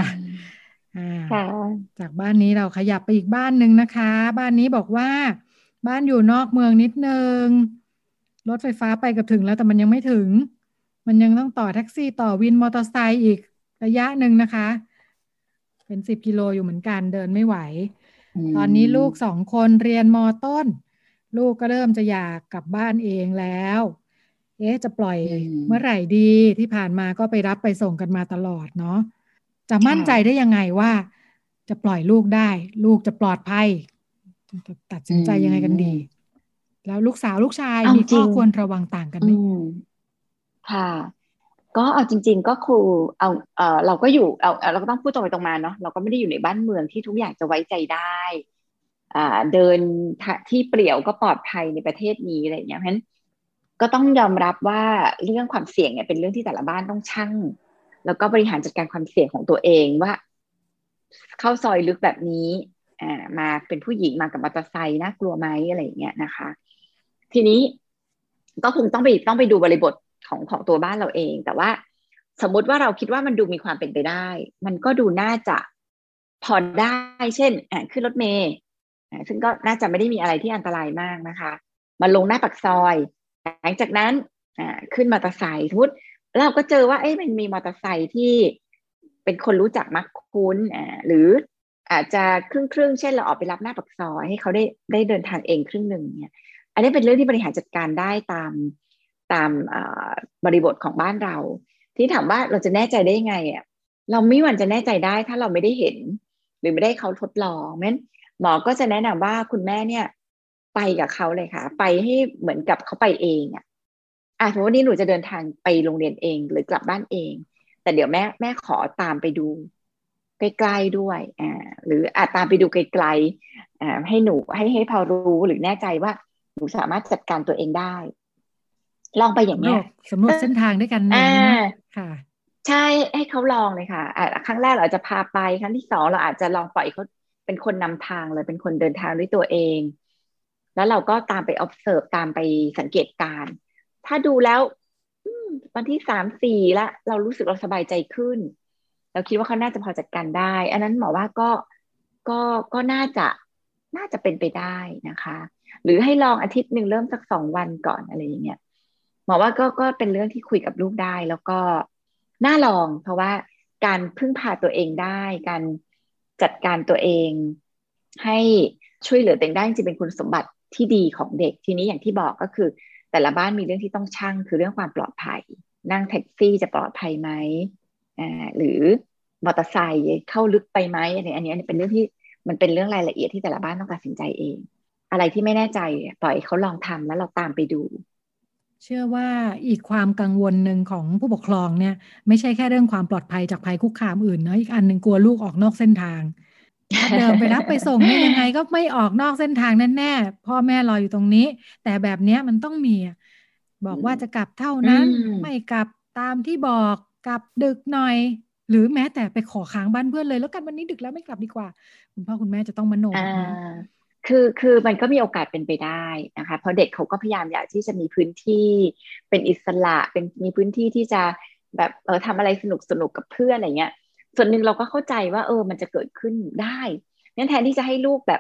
จากบ้านนี้เราขยับไปอีกบ้านหนึ่งนะคะบ้านนี้บอกว่าบ้านอยู่นอกเมืองนิดนึงรถไฟฟ้าไปกับถึงแล้วแต่มันยังไม่ถึงมันยังต้องต่อแท็กซี่ต่อวินมอเตอร์ไซค์อีกระยะหนึ่งนะคะเป็น10 กิโลอยู่เหมือนกันเดินไม่ไหวตอนนี้ลูก2 คนเรียนม.ต้นลูกก็เริ่มจะอยากกลับบ้านเองแล้วจะปล่อยเมื่อไหร่ดีที่ผ่านมาก็ไปรับไปส่งกันมาตลอดเนาะจะมั่นใจได้ยังไงว่าจะปล่อยลูกได้ลูกจะปลอดภัยตัดสินใจยังไงกันดีแล้วลูกสาวลูกชายมีข้อควรระวังต่างกันไหมค่ะก็เอาจริงๆก็คือเราก็อยู่เราก็ต้องพูดตรงไปตรงมาเนาะเราก็ไม่ได้อยู่ในบ้านเมืองที่ทุกอย่างจะไว้ใจได้เดินที่เปลี่ยวก็ปลอดภัยในประเทศนี้อะไรอย่างเงี้ยเพราะฉะนั้นก็ต้องยอมรับว่าเรื่องความเสี่ยงเนี่ยเป็นเรื่องที่แต่ละบ้านต้องชั่งแล้วก็บริหารจัดการความเสี่ยงของตัวเองว่าเข้าซอยลึกแบบนี้มาเป็นผู้หญิงมากับมอเตอร์ไซค์น่ากลัวไหมอะไรอย่างเงี้ยนะคะทีนี้ก็คงต้องไปดูบริบทของตัวบ้านเราเองแต่ว่าสมมุติว่าเราคิดว่ามันดูมีความเป็นไปได้มันก็ดูน่าจะพอได้เช่นขึ้นรถเมล์ซึ่งก็น่าจะไม่ได้มีอะไรที่อันตรายมากนะคะมาลงหน้าปากซอยหลังจากนั้นขึ้นมอเตอร์ไซค์สมมติเราก็เจอว่ามันมีมอเตอร์ไซค์ที่เป็นคนรู้จักมักคุ้นหรืออาจจะครึ่งเช่นเราออกไปรับหน้าปากซอยให้เขาได้เดินทางเองครึ่งหนึ่งเนี่ยอันนี้เป็นเรื่องที่บริหารจัดการได้ตามบริบทของบ้านเราที่ถามว่าเราจะแน่ใจได้ยังไงเราไม่มีวันจะแน่ใจได้ถ้าเราไม่ได้เห็นหรือไม่ได้เขาทดลองงั้นหมอก็จะแนะนำว่าคุณแม่เนี่ยไปกับเขาเลยค่ะไปให้เหมือนกับเขาไปเองสมมติว่านี่หนูจะเดินทางไปโรงเรียนเองหรือกลับบ้านเองแต่เดี๋ยวแม่ขอตามไปดูใกล้ๆด้วยหรือตามไปดูไกลๆให้หนูให้พอรู้หรือแน่ใจว่าหนูสามารถจัดการตัวเองได้ลองไปอย่างนี้สำรวจเส้นทางด้วยกันนะค่ะใช่ให้เขาลองเลยค่ะครั้งแรกเราอาจจะพาไปครั้งที่2เราอาจจะลองปล่อยเขาเป็นคนนำทางเลยเป็นคนเดินทางด้วยตัวเองแล้วเราก็ตามไป observe ตามไปสังเกตการถ้าดูแล้ววันที่3-4แล้วเรารู้สึกเราสบายใจขึ้นเราคิดว่าเขาน่าจะพอจัดการได้อันนั้นหมอว่าก็น่าจะเป็นไปได้นะคะหรือให้ลองอาทิตย์หนึ่งเริ่มสัก2 วันก่อนอะไรอย่างเงี้ยหมอว่าก็เป็นเรื่องที่คุยกับลูกได้แล้วก็น่าลองเพราะว่าการพึ่งพาตัวเองได้การจัดการตัวเองให้ช่วยเหลือตัวเองได้จริงๆเป็นคุณสมบัติที่ดีของเด็กทีนี้อย่างที่บอกก็คือแต่ละบ้านมีเรื่องที่ต้องชั่งคือเรื่องความปลอดภัยนั่งแท็กซี่จะปลอดภัยไหมหรือมอเตอร์ไซค์เข้าลึกไปไหมอันนี้เป็นเรื่องที่มันเป็นเรื่องรายละเอียดที่แต่ละบ้านต้องตัดสินใจเองอะไรที่ไม่แน่ใจปล่อยเขาลองทำแล้วเราตามไปดูเชื่อว่าอีกความกังวลหนึ่งของผู้ปกครองเนี่ยไม่ใช่แค่เรื่องความปลอดภัยจากภัยคุกคามอื่นเนาะอีกอันหนึ่งกลัวลูกออกนอกเส้นทางถ้าเดินไปรับไปส่งเนี่ยยังไงก็ไม่ออกนอกเส้นทางแน่ๆพ่อแม่รออยู่ตรงนี้แต่แบบนี้มันต้องมีบอกว่าจะกลับเท่านั้นไม่กลับตามที่บอกกลับดึกหน่อยหรือแม้แต่ไปขอค้างบ้านเพื่อนเลยแล้วกันวันนี้ดึกแล้วไม่กลับดีกว่าคุณพ่อคุณแม่จะต้องมโนแบบนี้คือมันก็มีโอกาสเป็นไปได้นะคะเพราะเด็กเขาก็พยายามอยากที่จะมีพื้นที่เป็นอิสระมีพื้นที่ที่จะแบบทำอะไรสนุกกับเพื่อนอะไรเงี้ยส่วนหนึ่งเราก็เข้าใจว่ามันจะเกิดขึ้นได้งั้นแทนที่จะให้ลูกแบบ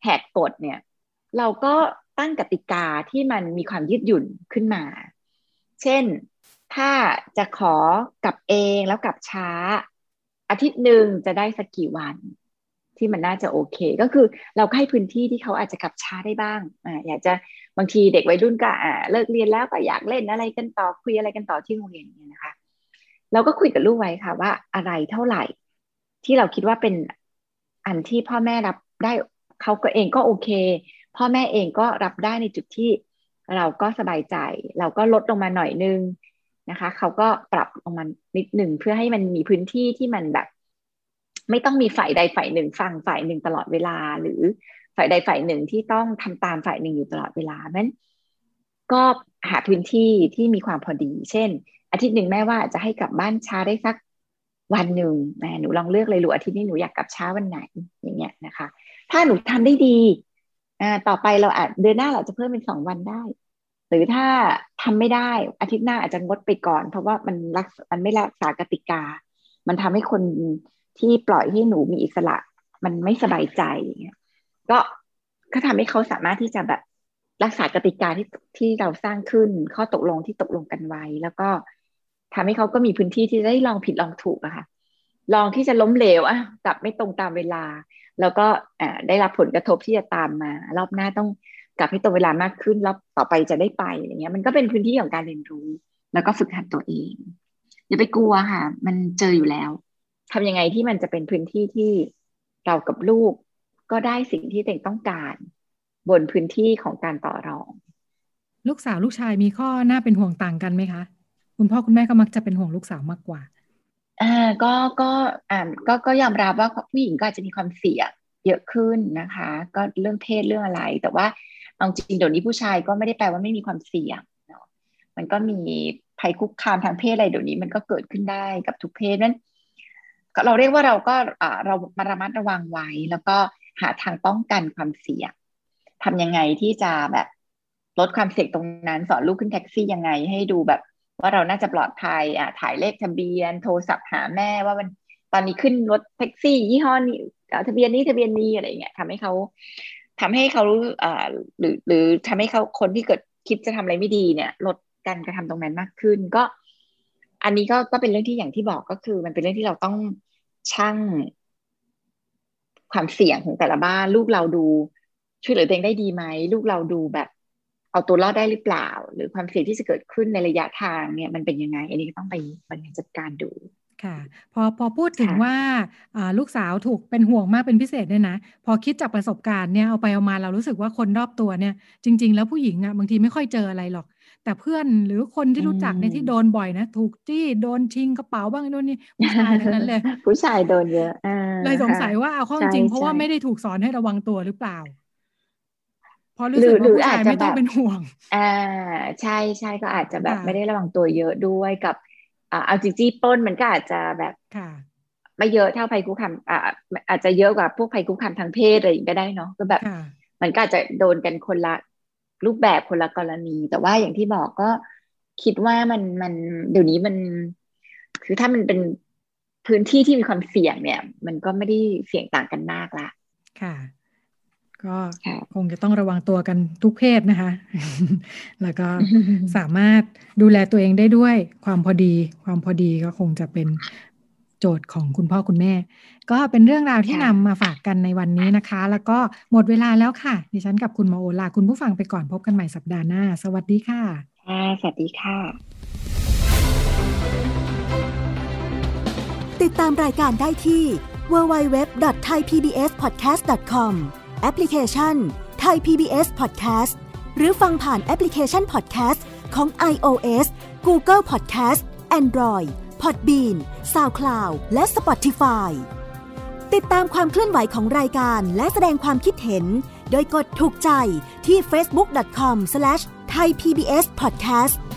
แหกกฎเนี่ยเราก็ตั้งกติกาที่มันมีความยืดหยุ่นขึ้นมาเช่นถ้าจะขอกลับเองแล้วกลับช้าอาทิตย์หนึ่งจะได้สักกี่วันที่มันน่าจะโอเคก็คือเราก็ให้พื้นที่ที่เขาอาจจะกลับช้าได้บ้างอยากจะบางทีเด็กวัยรุ่นก็เลิกเรียนแล้วก็อยากเล่นอะไรกันต่อคุยอะไรกันต่อที่โรงเรียนเนี่ยนะคะเราก็คุยกับลูกไว้ค่ะว่าอะไรเท่าไหร่ที่เราคิดว่าเป็นอันที่พ่อแม่รับได้เขาก็เองก็โอเคพ่อแม่เองก็รับได้ในจุดที่เราก็สบายใจเราก็ลดลงมาหน่อยนึงนะคะเขาก็ปรับลงมานิดหนึ่งเพื่อให้มันมีพื้นที่ที่มันแบบไม่ต้องมีฝ่ายใดฝ่ายหนึ่งฟังฝ่ายหนึ่งตลอดเวลาหรือฝ่ายใดฝ่ายหนึ่งที่ต้องทำตามฝ่ายหนึ่งอยู่ตลอดเวลานั้นก็หาพื้นที่ที่มีความพอดีเช่นอาทิตย์หนึ่งแม่ว่าจะให้กลับบ้านช้าได้สักวันหนึ่งหนูลองเลือกเลยหรืออาทิตย์นี้หนูอยากกลับช้าวันไหนอย่างเงี้ยนะคะถ้าหนูทำได้ดีต่อไปเราอาจเดือนหน้าเราจะเพิ่มเป็น2 วันได้หรือถ้าทำไม่ได้อาทิตย์หน้าอาจจะงดไปก่อนเพราะว่ามันไม่รักษากติกามันทำให้คนที่ปล่อยให้หนูมีอิสระมันไม่สบายใจก็ทำให้เขาสามารถที่จะแบบรักษากติกาที่เราสร้างขึ้นข้อตกลงที่ตกลงกันไว้แล้วก็ทำให้เขาก็มีพื้นที่ที่ได้ลองผิดลองถูกอะค่ะลองที่จะล้มเหลวกลับไม่ตรงตามเวลาแล้วก็ได้รับผลกระทบที่จะตามมารอบหน้าต้องกลับให้ตรงเวลามากขึ้นรอบต่อไปจะได้ไปอย่างเงี้ยมันก็เป็นพื้นที่ของการเรียนรู้แล้วก็ฝึกหัดตัวเองอย่าไปกลัวค่ะมันเจออยู่แล้วทำยังไงที่มันจะเป็นพื้นที่ที่เรากับลูกก็ได้สิ่งที่ตัวเองต้องการบนพื้นที่ของการต่อรองลูกสาวลูกชายมีข้อน่าเป็นห่วงต่างกันไหมคะคุณพ่อคุณแม่ก็มักจะเป็นห่วงลูกสาวมากกว่าก็ยอมรับว่าผู้หญิงก็อาจจะมีความเสี่ยงเยอะขึ้นนะคะก็เรื่องเพศเรื่องอะไรแต่ว่าเอาจริงเดี๋ยวนี้ผู้ชายก็ไม่ได้แปลว่าไม่มีความเสี่ยงเนาะมันก็มีภัยคุกคามทางเพศอะไรเดี๋ยวนี้มันก็เกิดขึ้นได้กับทุกเพศนั้นเราเรียกว่าเรามาระมัดระวังไว้แล้วก็หาทางป้องกันความเสี่ยงทำยังไงที่จะแบบลดความเสี่ยงตรงนั้นสอนลูกขึ้นแท็กซี่ยังไงให้ดูแบบว่าเราน่าจะปลอดภัยถ่ายเลขทะเบียนโทรศัพท์หาแม่ว่ามันตอนนี้ขึ้นรถแท็กซี่ยี่ห้อนี้ทะเบียนนี้อะไรเงี้ยทำให้เขาหรือทำให้เขาคนที่เกิดคิดจะทำอะไรไม่ดีเนี่ยลดการกระทำตรงนั้นมากขึ้นก็อันนี้ก็เป็นเรื่องที่อย่างที่บอกก็คือมันเป็นเรื่องที่เราต้องชั่งความเสี่ยงของแต่ละบ้านลูกเราดูช่วยเหลือตัวเองได้ดีไหมลูกเราดูแบบเอาตัวรอดได้หรือเปล่าหรือความเสี่ยงที่จะเกิดขึ้นในระยะทางเนี่ยมันเป็นยังไงอันนี้ก็ต้องไปบริหารจัดการดูค่ะพอพูดถึงว่าลูกสาวถูกเป็นห่วงมากเป็นพิเศษเนี่ยนะพอคิดจากประสบการณ์เนี่ยเอาไปเอามาเรารู้สึกว่าคนรอบตัวเนี่ยจริงๆแล้วผู้หญิงบางทีไม่ค่อยเจออะไรหรอกแต่เพื่อนหรือคนที่รู้จักเนี่ยที่โดนบ่อยนะถูกจี้โดนชิงกระเป๋าบ้างโดนนี่ผู้ชายทั้งนั้นเลยผู้ชายโดนเยอะเลยสงสัยว่าเอาข้อจริงเพราะว่าไม่ได้ถูกสอนให้ระวังตัวหรือเปล่าพอรู้สึกว่าผู้ชายไม่ต้องเป็นห่วงใช่ก็อาจจะแบบไม่ได้ระวังตัวเยอะด้วยกับเอาจริงจี้ปล้นมันก็อาจจะแบบไม่เยอะเท่าภัยคุกคามอาจจะเยอะกว่าพวกภัยคุกคามทางเพศอะไรอย่างก็ได้เนาะก็แบบมันก็อาจจะโดนกันคนละรูปแบบคนละกรณีแต่ว่าอย่างที่บอกก็คิดว่ามันเดี๋ยวนี้มันคือถ้ามันเป็นพื้นที่ที่มีความเสี่ยงเนี่ยมันก็ไม่ได้เสี่ยงต่างกันมากละค่ะก็คงจะต้องระวังตัวกันทุกเพศนะคะ แล้วก็สามารถดูแลตัวเองได้ด้วยความพอดีก็คงจะเป็นโจทย์ของคุณพ่อคุณแม่ก็เป็นเรื่องราวที่นำมาฝากกันในวันนี้นะคะแล้วก็หมดเวลาแล้วค่ะดิฉันกับคุณหมอโอลาคุณผู้ฟังไปก่อนพบกันใหม่สัปดาห์หน้าสวัสดีค่ะสวัสดีค่ะติดตามรายการได้ที่ www.thaipbspodcast.com แอปพลิเคชัน Thai PBS Podcast หรือฟังผ่านแอปพลิเคชัน Podcast ของ iOS Google Podcast Android Podbean SoundCloud และ Spotify ติดตามความเคลื่อนไหวของรายการและแสดงความคิดเห็นโดยกดถูกใจที่ facebook.com/thaipbspodcast